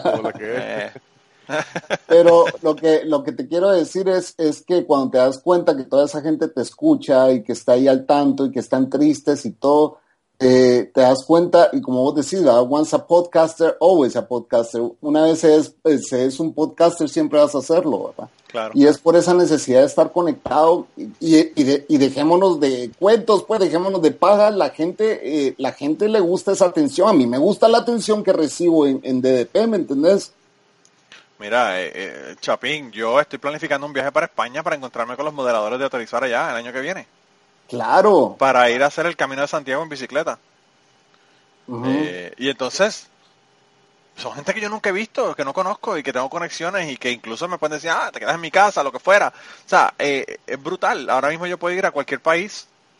Pero lo que te quiero decir es que cuando te das cuenta que toda esa gente te escucha y que está ahí al tanto y que están tristes y todo, te das cuenta, y como vos decís, once a podcaster, always a podcaster. Una vez se es un podcaster, siempre vas a hacerlo, ¿verdad? Claro. Y es por esa necesidad de estar conectado y dejémonos de cuentos, pues dejémonos de paja. La gente le gusta esa atención. A mí me gusta la atención que recibo en DDP, ¿me entendés? Mira, Chapín, yo estoy planificando un viaje para España para encontrarme con los moderadores de Autorizar allá el año que viene. Claro. Para ir a hacer el Camino de Santiago en bicicleta. Uh-huh. Y entonces, son gente que yo nunca he visto, que no conozco y que tengo conexiones y que incluso me pueden decir, te quedas en mi casa, lo que fuera. O sea, es brutal. Ahora mismo yo puedo ir a cualquier país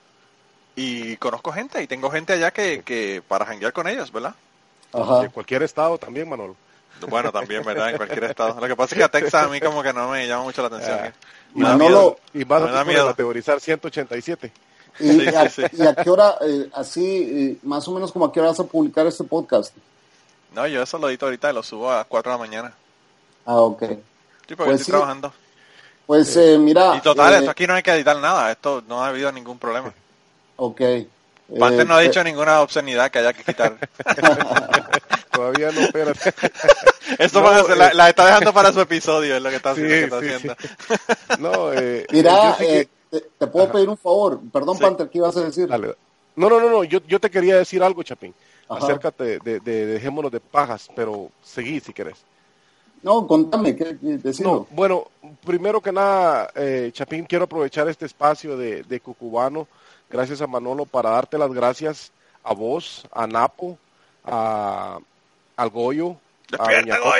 y conozco gente, y tengo gente allá que para janguear con ellos, ¿verdad? Ajá. De cualquier estado también, Manolo. Bueno, también, ¿verdad? En cualquier estado. Lo que pasa es que a Texas a mí como que no me llama mucho la atención. Y Me da Manolo, miedo. Y vas Me da a miedo. categorizar 187. ¿Y, Sí, a, sí, sí. ¿y a qué hora, más o menos como a qué hora vas a publicar este podcast? No, yo eso lo edito ahorita y lo subo a las 4 de la mañana. Ah, ok. Sí, porque Pues estoy sí. trabajando. Pues mira, Y total, esto aquí no hay que editar nada. Esto no ha habido ningún problema. ok. Panther no ha dicho ninguna obscenidad que haya que quitar. Todavía no, espérate. Esto No, la está dejando para su episodio, es lo que está Sí, haciendo. sí, haciendo. No, Mira, yo sí que... te puedo Ajá. pedir un favor. Perdón, Sí. Panther, ¿qué ibas a decir? Dale. No, yo te quería decir algo, Chapín. Ajá. Acércate de Dejémonos de Pajas, pero seguí si querés. No, contame, ¿qué decirlo? No, bueno, primero que nada, Chapín, quiero aprovechar este espacio de Cucubano, gracias a Manolo, para darte las gracias a vos, a Napo, al Goyo, a ¡Despierta, Doña Cocos,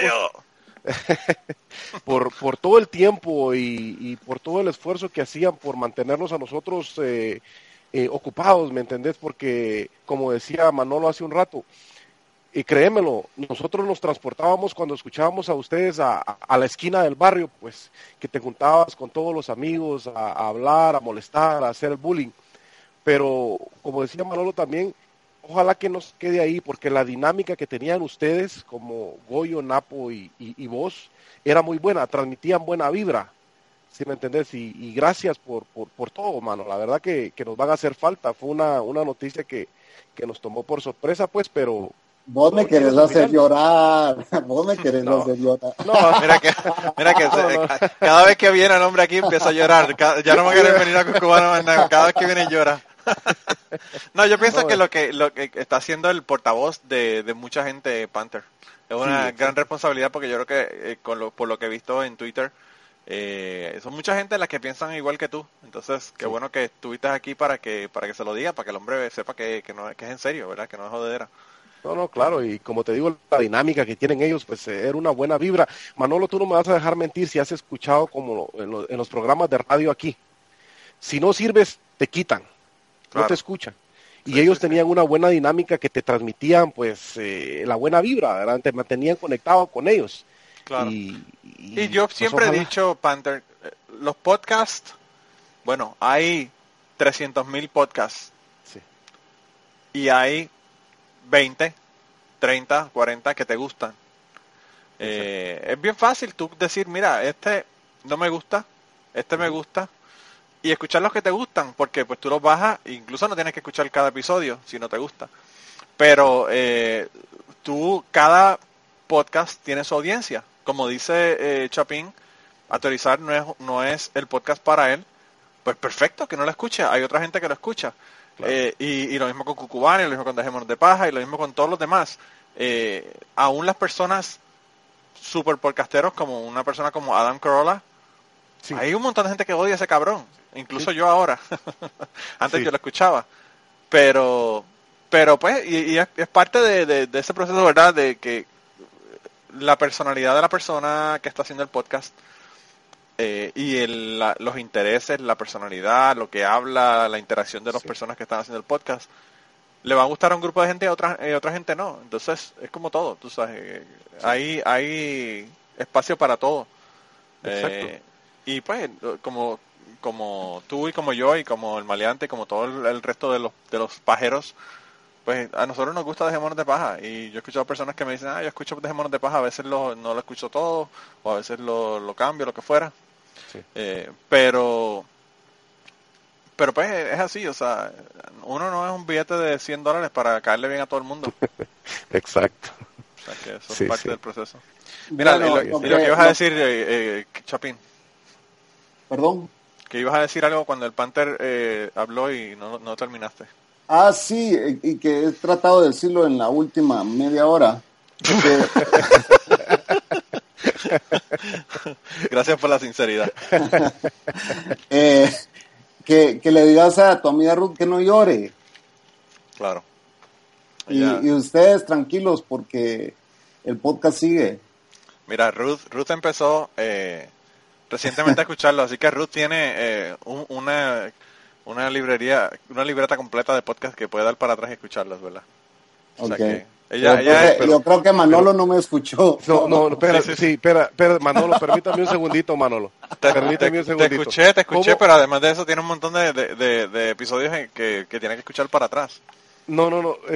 Goyo! por todo el tiempo y por todo el esfuerzo que hacían por mantenernos a nosotros ocupados, ¿me entendés? Porque, como decía Manolo hace un rato, y créemelo, nosotros nos transportábamos cuando escuchábamos a ustedes a la esquina del barrio, pues, que te juntabas con todos los amigos a hablar, a molestar, a hacer el bullying. Pero, como decía Manolo también, ojalá que nos quede ahí, porque la dinámica que tenían ustedes, como Goyo, Napo y vos, era muy buena, transmitían buena vibra, ¿sí me entendés? Y gracias por todo, mano. La verdad que nos van a hacer falta. Fue una noticia que nos tomó por sorpresa, pues, pero... Vos me todo querés tiene su hacer final. llorar. Vos me querés No. hacer llorar. No, Mira que cada vez que viene el hombre aquí empieza a llorar. Ya no me quieren venir a Cucubano más nada. Cada vez que viene llora. No, yo pienso No, que lo que está haciendo el portavoz de mucha gente, Panther, es una gran responsabilidad, porque yo creo que por lo que he visto en Twitter, son mucha gente las que piensan igual que tú. Entonces, qué bueno que estuviste aquí para que se lo diga, para que el hombre sepa que es en serio, ¿verdad? Que no es jodedera. No, claro, y como te digo, la dinámica que tienen ellos, pues era una buena vibra. Manolo, tú no me vas a dejar mentir si has escuchado como en los programas de radio aquí. Si no sirves, te quitan, Claro. no te escuchan. Y Sí, ellos sí, sí. tenían una buena dinámica que te transmitían, pues, la buena vibra, ¿verdad? Te mantenían conectado con ellos. Claro. Y yo pues, siempre he ojalá. dicho, Panther, los podcasts, bueno, hay 300,000 podcasts Sí. y hay 20, 30, 40 que te gustan. Es bien fácil tú decir, mira, este no me gusta, este me gusta, y escuchar los que te gustan, porque pues tú los bajas, incluso no tienes que escuchar cada episodio si no te gusta. Pero cada podcast tiene su audiencia. Como dice Chapín, Actualizar no es el podcast para él. Pues perfecto, que no lo escuche. Hay otra gente que lo escucha. Claro. Y lo mismo con Cucubano, y lo mismo con Dejémonos de Paja, y lo mismo con todos los demás. Aún las personas super podcasteros, como una persona como Adam Carolla, Sí. hay un montón de gente que odia a ese cabrón. Incluso yo ahora. Antes Sí. yo lo escuchaba. Pero pues, y es parte de ese proceso, ¿verdad? De que la personalidad de la persona que está haciendo el podcast, los intereses, la personalidad, lo que habla, la interacción de las personas que están haciendo el podcast, le va a gustar a un grupo de gente y a otra gente no. Entonces es como todo, tú sabes, hay espacio para todo. Exacto. Y pues como tú y como yo y como el maleante, como todo el resto de los pajeros, pues a nosotros nos gusta Dejémonos de Paja. Y yo he escuchado personas que me dicen, yo escucho Dejémonos de Paja, a veces no lo escucho todo, o a veces lo cambio, lo que fuera. Sí. Pero pues es así, o sea, uno no es un billete de $100 para caerle bien a todo el mundo. Exacto. O sea, que eso Sí, es parte sí. del proceso. Mira, Bueno, y lo que ibas a decir, Chapín, Perdón. que ibas a decir algo cuando el Panther habló y no terminaste. Ah, sí, y que he tratado de decirlo en la última media hora. Que, Gracias por la sinceridad. que le digas a tu amiga Ruth que no llore. Claro. Y ustedes tranquilos porque el podcast sigue. Mira, Ruth empezó recientemente a escucharlo, así que Ruth tiene una libreta completa de podcast que puede dar para atrás y escucharlos, ¿verdad? O sea que yo creo que Manolo no me escuchó. No, espera, espera, Manolo, permítame un segundito, Manolo. Permítame un segundito. Te escuché, pero además de eso tiene un montón de episodios que tiene que escuchar para atrás. No.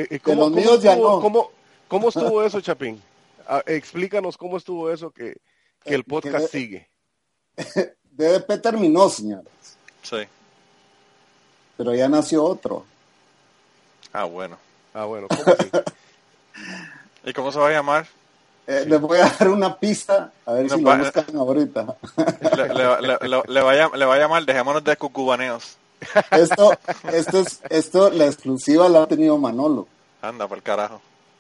¿Cómo estuvo eso, Chapín? Explícanos cómo estuvo eso que el podcast sigue. DDP terminó, señores. Sí. Pero ya nació otro. Bueno. ¿Cómo así? ¿Y cómo se va a llamar? Les voy a dar una pista, a ver si lo buscan ahorita. Le va a llamar Dejémonos de Cucubaneos. Esto, la exclusiva la ha tenido Manolo. Anda, por carajo.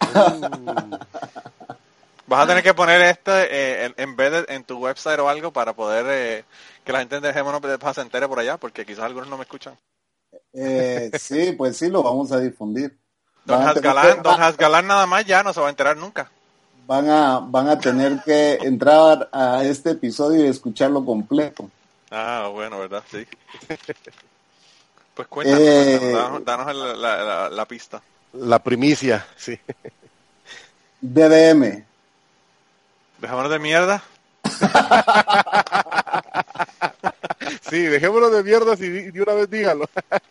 Vas a tener que poner esto embedded en tu website o algo para poder que la gente de Dejémonos se entere por allá, porque quizás algunos no me escuchan. Sí, pues sí, lo vamos a difundir. Don Hasgalán nada más ya no se va a enterar nunca. Van a tener que entrar a este episodio y escucharlo completo. Bueno, ¿verdad? Sí. Pues cuéntanos, danos la pista. La primicia, sí. DDM. Dejémonos de mierda. Sí, dejémonos de mierda y de una vez dígalo.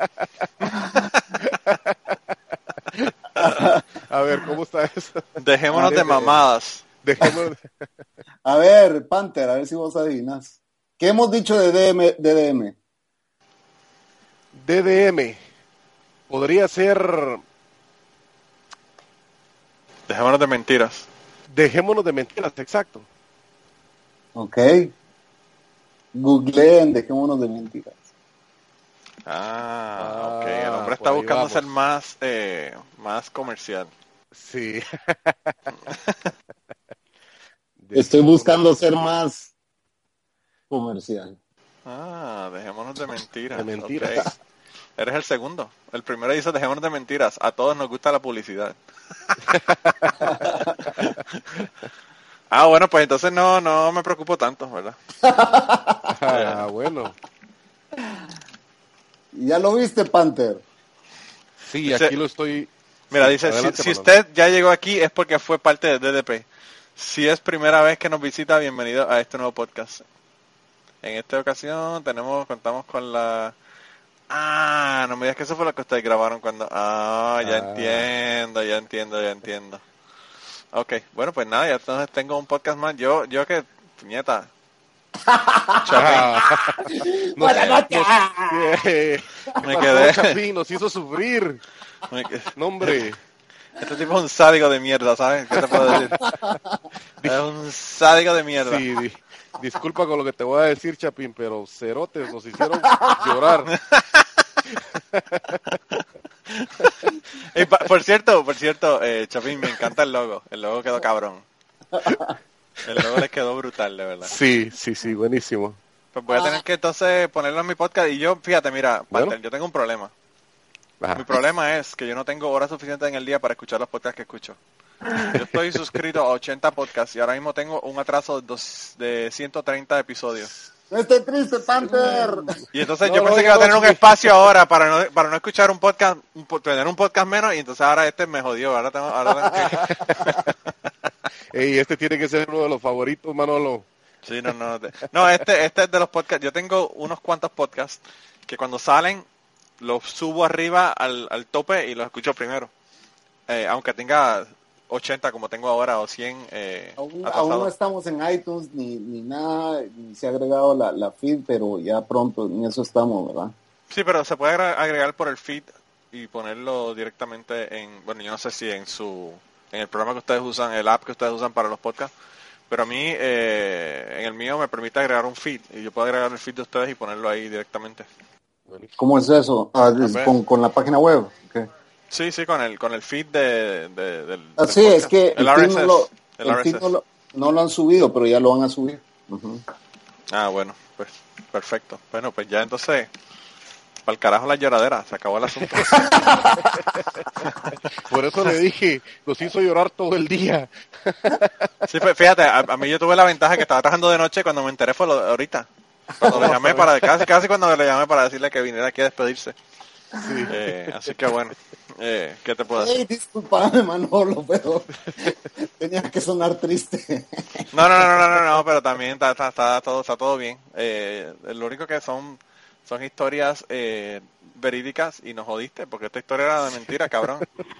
A ver, ¿cómo está eso? Dejémonos de mamadas. A ver, Panther, a ver si vos adivinas. ¿Qué hemos dicho de DDM? DDM. Podría ser... Dejémonos de mentiras. Dejémonos de mentiras, exacto. Ok. Googleen, dejémonos de mentiras. Ok. El hombre está buscando ser más comercial. Sí. Estoy buscando ser más comercial. Dejémonos de mentiras. De mentiras. Okay. Eres el segundo. El primero dice dejémonos de mentiras. A todos nos gusta la publicidad. Bueno, pues entonces no me preocupo tanto, ¿verdad? Bueno. ¿Ya lo viste, Panther? Sí, aquí lo estoy... Mira, dice, si usted ya llegó aquí es porque fue parte de DDP. Si es primera vez que nos visita, bienvenido a este nuevo podcast. En esta ocasión contamos con la... no me digas que eso fue lo que ustedes grabaron cuando... ya entiendo. Ok, bueno, pues nada, ya entonces tengo un podcast más. Yo que, puñeta. Buenas noches. Me quedé. Chapín nos hizo sufrir. No, hombre. Este tipo es un sádico de mierda, ¿sabes? ¿Qué te puedo decir? Es un sádico de mierda. Sí, disculpa con lo que te voy a decir, Chapín, pero cerotes nos hicieron llorar. Por cierto, Chapín, me encanta el logo. El logo quedó cabrón. El logo les quedó brutal, de verdad. Sí, buenísimo. Pues voy a tener que entonces ponerlo en mi podcast. Y yo, fíjate, mira, Panther, yo tengo un problema. Ajá. Mi problema es que yo no tengo horas suficientes en el día para escuchar los podcasts que escucho. Yo estoy suscrito a 80 podcasts y ahora mismo tengo un atraso de 130 episodios. No esté triste, Panther. Y entonces yo pensé que iba a tener un espacio ahora para no escuchar un podcast, tener un podcast menos, y entonces ahora me jodió. Ahora tengo Ey, este tiene que ser uno de los favoritos, Manolo. Sí, no, este es de los podcasts. Yo tengo unos cuantos podcasts que cuando salen los subo arriba al tope y los escucho primero. Aunque tenga 80 como tengo ahora o 100 aún no estamos en iTunes ni nada, ni se ha agregado la feed, pero ya pronto en eso estamos, ¿verdad? Sí, pero se puede agregar por el feed y ponerlo directamente bueno, yo no sé si en el programa que ustedes usan, el app que ustedes usan para los podcasts, pero a mí en el mío me permite agregar un feed y yo puedo agregar el feed de ustedes y ponerlo ahí directamente. ¿Cómo es eso? ¿Con la página web? Okay. Sí, con el feed del sí, es que el RSS, no lo han subido, pero ya lo van a subir. Uh-huh. Bueno, pues perfecto. Bueno, pues ya entonces, para el carajo la lloradera, se acabó el asunto. Por eso le dije, los hizo llorar todo el día. Sí, pues fíjate, a mí yo tuve la ventaja que estaba trabajando de noche, cuando me enteré fue ahorita. Cuando le llamé casi cuando le llamé para decirle que viniera aquí a despedirse. Sí. Así que bueno, ¿qué te puedo decir? Hey, disculpame, Manolo, pero tenía que sonar triste. No, pero también está todo bien. Lo único que son historias verídicas y nos jodiste, porque esta historia era de mentira, cabrón.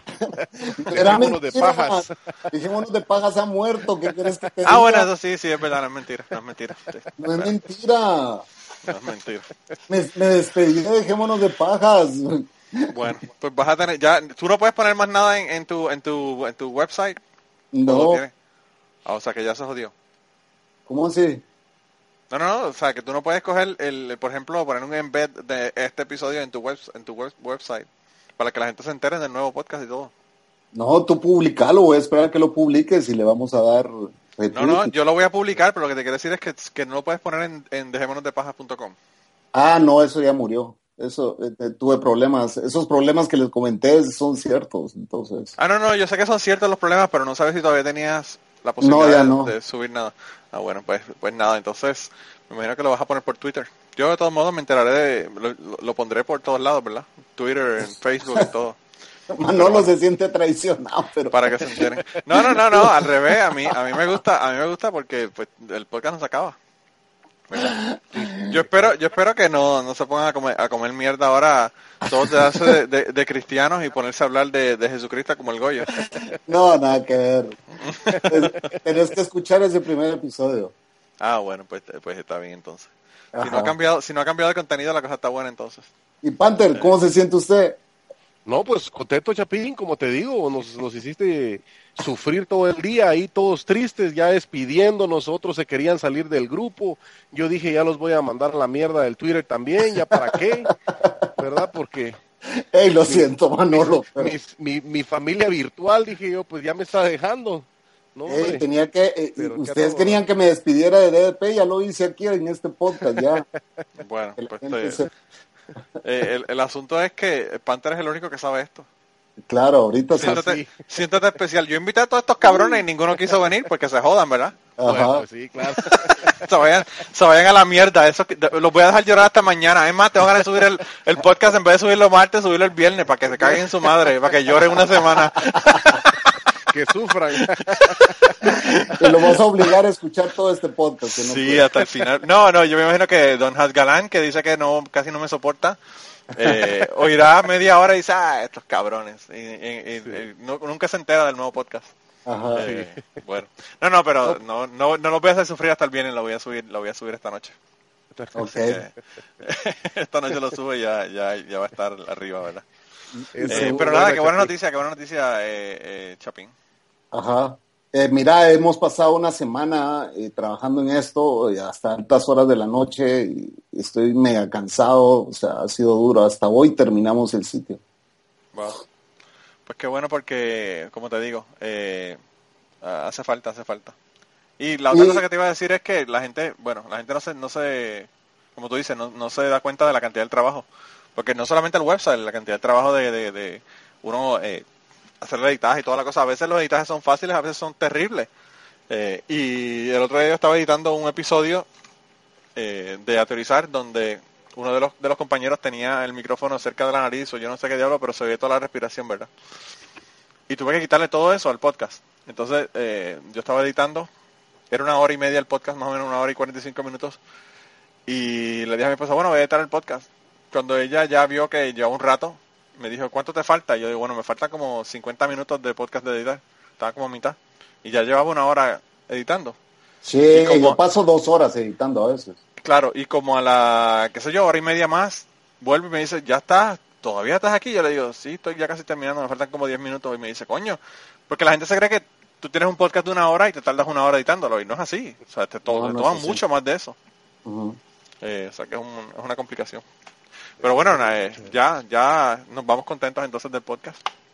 Era Dejémonos de mentira. pajas. Dejémonos de pajas, ha muerto. ¿Qué quieres que te diga? Ah, bueno, eso sí, es verdad, no es mentira. Sí, No es mentira. no es mentira. Me despedí de Dejémonos de pajas. Bueno, pues vas a tener, ya, tú no puedes poner más nada en tu website. ¿O lo No, tienes? Ah, o sea que ya se jodió. ¿cómo así? No, o sea que tú no puedes coger por ejemplo, poner un embed de este episodio en tu website para que la gente se entere del nuevo podcast y todo. No, tú publicalo, voy a esperar a que lo publiques y le vamos a dar retweet. No, yo lo voy a publicar, pero lo que te quiero decir es que no lo puedes poner en dejémonosdepajas.com. Ah, no, eso ya murió. Eso, tuve problemas. Esos problemas que les comenté son ciertos, entonces. Ah, no, yo sé que son ciertos los problemas, pero no sabes si todavía tenías la posibilidad No, ya no. de subir nada. Ah, bueno, pues nada, entonces me imagino que lo vas a poner por Twitter. Yo de todos modos me enteraré lo pondré por todos lados, ¿verdad? Twitter, en Facebook y todo. Manolo se siente traicionado, pero Para que se enteren. No, al revés, a mí me gusta porque pues el podcast no se acaba. ¿Verdad? Yo espero que no se pongan a comer mierda ahora todos de cristianos y ponerse a hablar de Jesucristo como el Goyo. no, nada que ver. Tenés que escuchar ese primer episodio. Ah, bueno, pues está bien entonces. Si Ajá. no ha cambiado el contenido, la cosa está buena entonces. Y Panther, ¿cómo se siente usted? No, pues contento, Chapín, como te digo, nos hiciste sufrir todo el día, ahí todos tristes, ya despidiéndonos, otros se querían salir del grupo, yo dije ya los voy a mandar a la mierda del Twitter también, ya para qué, ¿verdad? Porque Ey, lo siento, Manolo. pero- mi familia virtual, dije yo, pues ya me está dejando, ¿no? Ey, hombre? tenía que, Pero ¿qué ustedes hago? querían que me despidiera de DDP, ya lo hice aquí en este podcast, ya. Bueno, Que la pues gente se- el asunto es que Panther es el único que sabe esto. Claro, ahorita sí. Siéntate especial. Yo invité a todos estos cabrones y ninguno quiso venir porque se jodan, ¿verdad? Bueno, Ajá. pues sí, claro. Se vayan a la mierda. Los voy a dejar llorar hasta mañana. Es más, tengo ganas de subir el podcast en vez de subirlo martes, subirlo el viernes para que se caguen en su madre, para que lloren una semana. Que sufran. Te lo vas a obligar a escuchar todo este podcast. Que no Sí, puede. hasta el final. No, yo me imagino que Don Hasgalán, que dice que casi no me soporta, oirá media hora y dice, estos cabrones. Y nunca se entera del nuevo podcast. Ajá. Bueno, pero no lo voy a hacer sufrir hasta el viernes, lo voy a subir esta noche. Ok. Esta noche lo subo y ya va a estar arriba, ¿verdad? Eso, Pero nada, qué buena noticia, Chapín. Ajá. Mira, hemos pasado una semana trabajando en esto hasta altas horas de la noche y estoy mega cansado, o sea, ha sido duro. Hasta hoy terminamos el sitio. Wow. Pues qué bueno porque, como te digo, hace falta. Y la otra cosa que te iba a decir es que la gente no se, como tú dices, no se da cuenta de la cantidad del trabajo. Porque no solamente el website, la cantidad de trabajo de uno hacer el editaje y toda la cosa. A veces los editajes son fáciles, a veces son terribles. Y el otro día yo estaba editando un episodio de Aterrizar donde uno de los compañeros tenía el micrófono cerca de la nariz o yo no sé qué diablo, pero se veía toda la respiración, ¿verdad? Y tuve que quitarle todo eso al podcast. Entonces yo estaba editando, era 1 hora y media el podcast, más o menos 1 hora y 45 minutos. Y le dije a mi esposa, bueno, voy a editar el podcast. Cuando ella ya vio que llevaba un rato, me dijo, ¿cuánto te falta? Y yo digo, bueno, me faltan como 50 minutos de podcast de editar. Estaba como a mitad. Y ya llevaba 1 hora editando. Sí, yo paso 2 horas editando a veces. Claro, y como a la, qué sé yo, 1 hora y media más, vuelve y me dice, ¿ya estás? ¿Todavía estás aquí? Yo le digo, sí, estoy ya casi terminando, me faltan como 10 minutos. Y me dice, coño, porque la gente se cree que tú tienes un podcast de 1 hora y te tardas 1 hora editándolo. Y no es así. O sea, te toma mucho más de eso. Uh-huh. O sea que es una complicación. Pero bueno, ya nos vamos contentos entonces del podcast.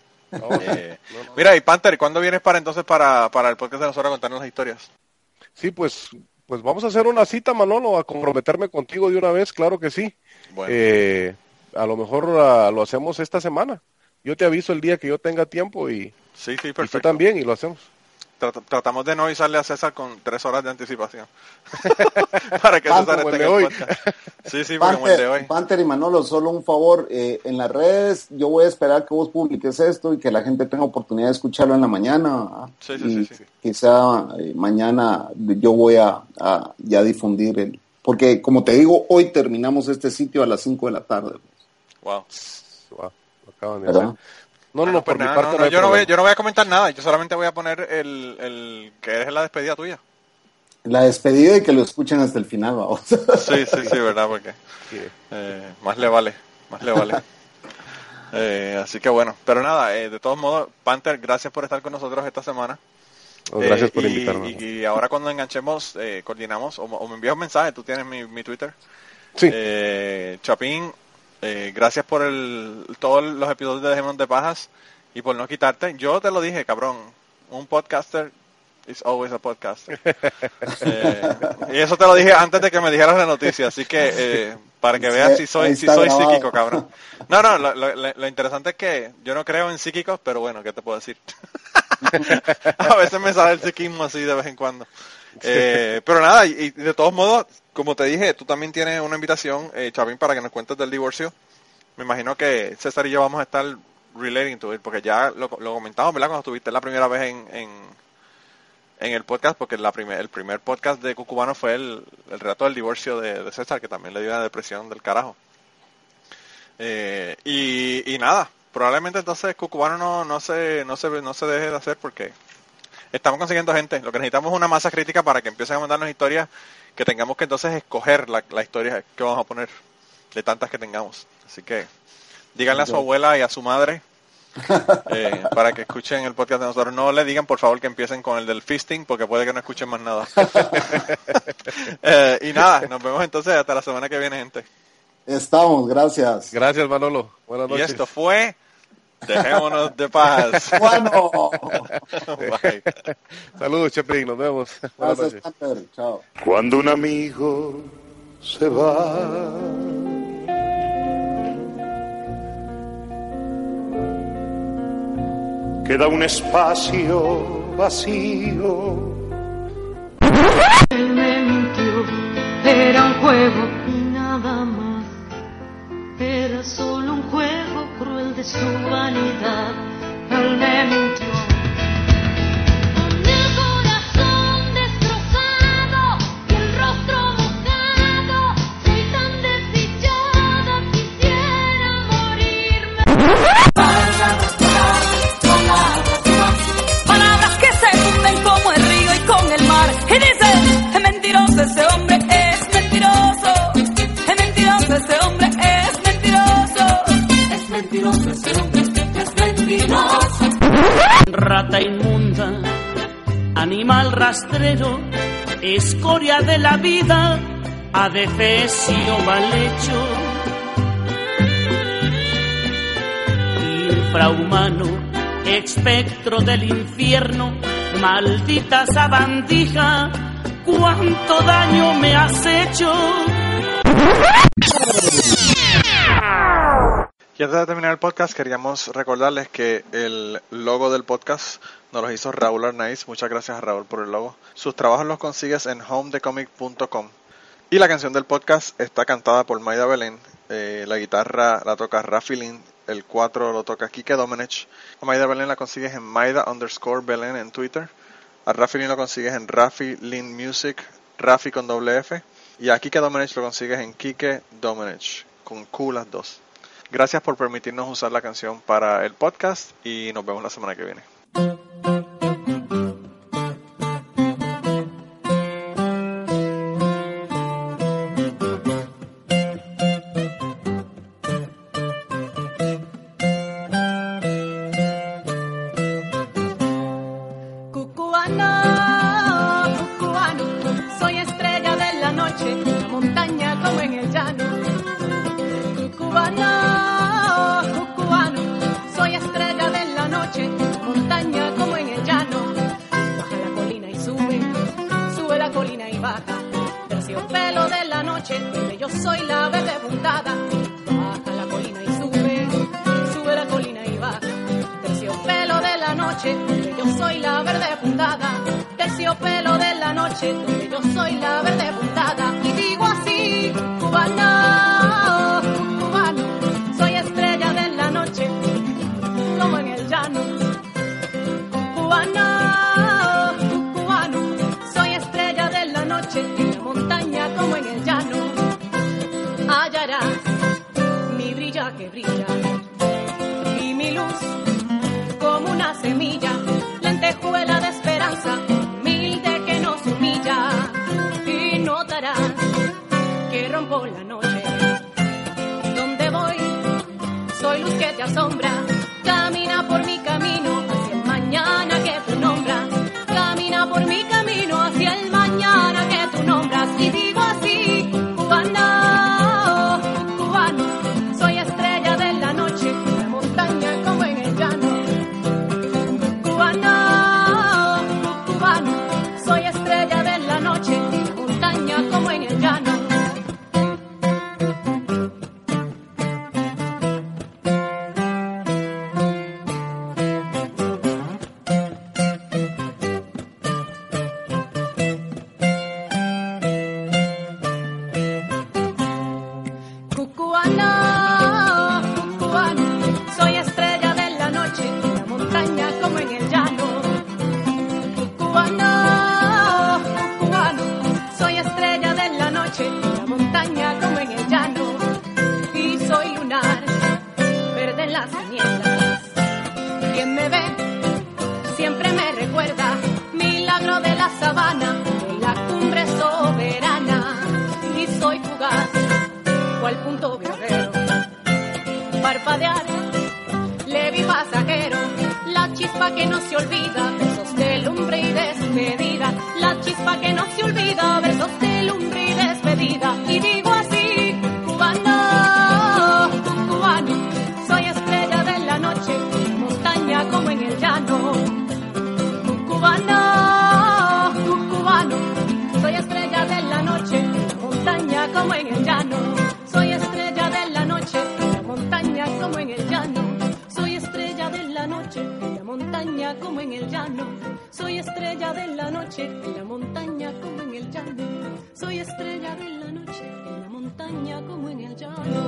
Mira, y Panther, ¿cuándo vienes para el podcast de nosotros a contarnos las historias? Sí, pues vamos a hacer una cita, Manolo, a comprometerme contigo de una vez, claro que sí. Bueno. A lo mejor lo hacemos esta semana. Yo te aviso el día que yo tenga tiempo y sí, perfecto. y tú también y lo hacemos. tratamos de no avisarle a César con 3 horas de anticipación. Para que César esté en el podcast. Sí, como el de hoy. Panther y Manolo, solo un favor. En las redes, yo voy a esperar que vos publiques esto y que la gente tenga oportunidad de escucharlo en la mañana. Sí. Quizá mañana yo voy a ya difundir porque, como te digo, hoy terminamos este sitio a las 5 de la tarde. Wow. Lo acaban de hacer. No, por mi parte yo no voy a comentar nada, yo solamente voy a poner el que es la despedida tuya. La despedida y que lo escuchen hasta el final, vamos. Sí, verdad, porque más le vale. Así que bueno, pero nada, de todos modos, Panther, gracias por estar con nosotros esta semana. Gracias por invitarme. Y ahora cuando enganchemos, coordinamos, o me envías un mensaje, tú tienes mi Twitter. Sí. Chapín, gracias por todos los episodios de Dejémonos de Pajas y por no quitarte. Yo te lo dije, cabrón, un podcaster is always a podcaster. Y eso te lo dije antes de que me dijeras la noticia, así que para que veas si soy psíquico, cabrón. No, lo interesante es que yo no creo en psíquicos, pero bueno, ¿qué te puedo decir? A veces me sale el psiquismo así de vez en cuando. Pero nada, y de todos modos, como te dije, tú también tienes una invitación, Chapín, para que nos cuentes del divorcio. Me imagino que César y yo vamos a estar relating to it, porque ya lo comentamos, ¿verdad? Cuando estuviste la primera vez en el podcast, porque el primer podcast de Cucubano fue el relato del divorcio de César, que también le dio una depresión del carajo. Y nada, probablemente entonces Cucubano no se deje de hacer, porque estamos consiguiendo gente. Lo que necesitamos es una masa crítica para que empiecen a mandarnos historias, que tengamos que entonces escoger la historia que vamos a poner de tantas que tengamos. Así que díganle a su abuela y a su madre para que escuchen el podcast de nosotros. No le digan, por favor, que empiecen con el del fisting, porque puede que no escuchen más nada. Y nada, nos vemos entonces hasta la semana que viene, gente. Estamos, gracias. Gracias, Manolo. Buenas noches. Y esto fue Dejémonos de Paz. Bueno. Bye. Saludos, Chapín, nos vemos. Buenas noches. Chao. Cuando un amigo se va, queda un espacio vacío. Él me mintió, era un juego y nada más. Era solo un juego cruel de su vanidad. Él me mintió. Con el corazón destrozado y el rostro mojado, soy tan desdichada, quisiera morirme. Palabras que se funden como el río y con el mar. Y dicen, es mentiroso ese hombre, es mentiroso. Es mentiroso ese hombre, es mentiroso. Es mentiroso ese hombre, es mentiroso. Rata inmunda, animal rastrero, escoria de la vida, adefesio mal hecho. Infrahumano, espectro del infierno, maldita sabandija, cuánto daño me has hecho. Y antes de terminar el podcast, queríamos recordarles que el logo del podcast nos lo hizo Raúl Arnaiz. Muchas gracias a Raúl por el logo. Sus trabajos los consigues en homedecomic.com. Y la canción del podcast está cantada por Maida Belén. La guitarra la toca Rafi Lin. El 4 lo toca Kike Domenech. A Maida Belén la consigues en Maida_Belén en Twitter. A Rafi Lin lo consigues en Rafi Lin Music, Rafi con doble F. Y a Kike Domenech lo consigues en Kike Domenech, con Q las dos. Gracias por permitirnos usar la canción para el podcast y nos vemos la semana que viene. Yo soy la verde puntada, baja la colina y sube la colina y baja. Terciopelo de la noche, yo soy la verde puntada. noche donde yo soy la verde puntada. Y digo así, cubano, cubano, soy estrella de la noche, como en el llano. Cubano, cubano, soy estrella de la noche, en la montaña como en el llano. Hallarás mi brilla que brilla y mi luz como una semilla, lentejuela de esperanza, humilde que nos humilla. Y notarás que rompo la noche. Donde voy, soy luz que te asombra. Camina por mi camino hacia el mañana que tú nombras. Camina por mi camino hacia el mañana que tú nombras. Y digo así, cubano, cubano, soy estrella de la noche, en la montaña como en el llano. Cubano, cubano, soy estrella de la noche, en la montaña como en el llano. Cubano, cubano, soy estrella de la noche, en la montaña como en el llano. Cubano, cubano, soy estrella de la noche, en la montaña como en el llano. Y soy lunar, verde en las tinieblas. Quien me ve siempre me recuerda, milagro de la sabana, de la cumbre soberana. Y soy fugaz, cual punto viajero, parpadear, leve y pasajero, la chispa que no se olvida, besos de lumbre y despedida, la chispa que no se olvida, besos de lumbre y despedida. Y digo así, cubano, cubano, soy estrella de la noche, en la montaña como en el llano. Cubano, cubano, soy estrella de la noche, en la montaña como en el llano. Soy estrella de la noche, en la montaña como en el llano. Soy estrella de la noche, en la montaña como en el llano. Soy estrella de la noche, en la montaña como en el llano. Soy estrella de la noche, en la montaña como en el llano.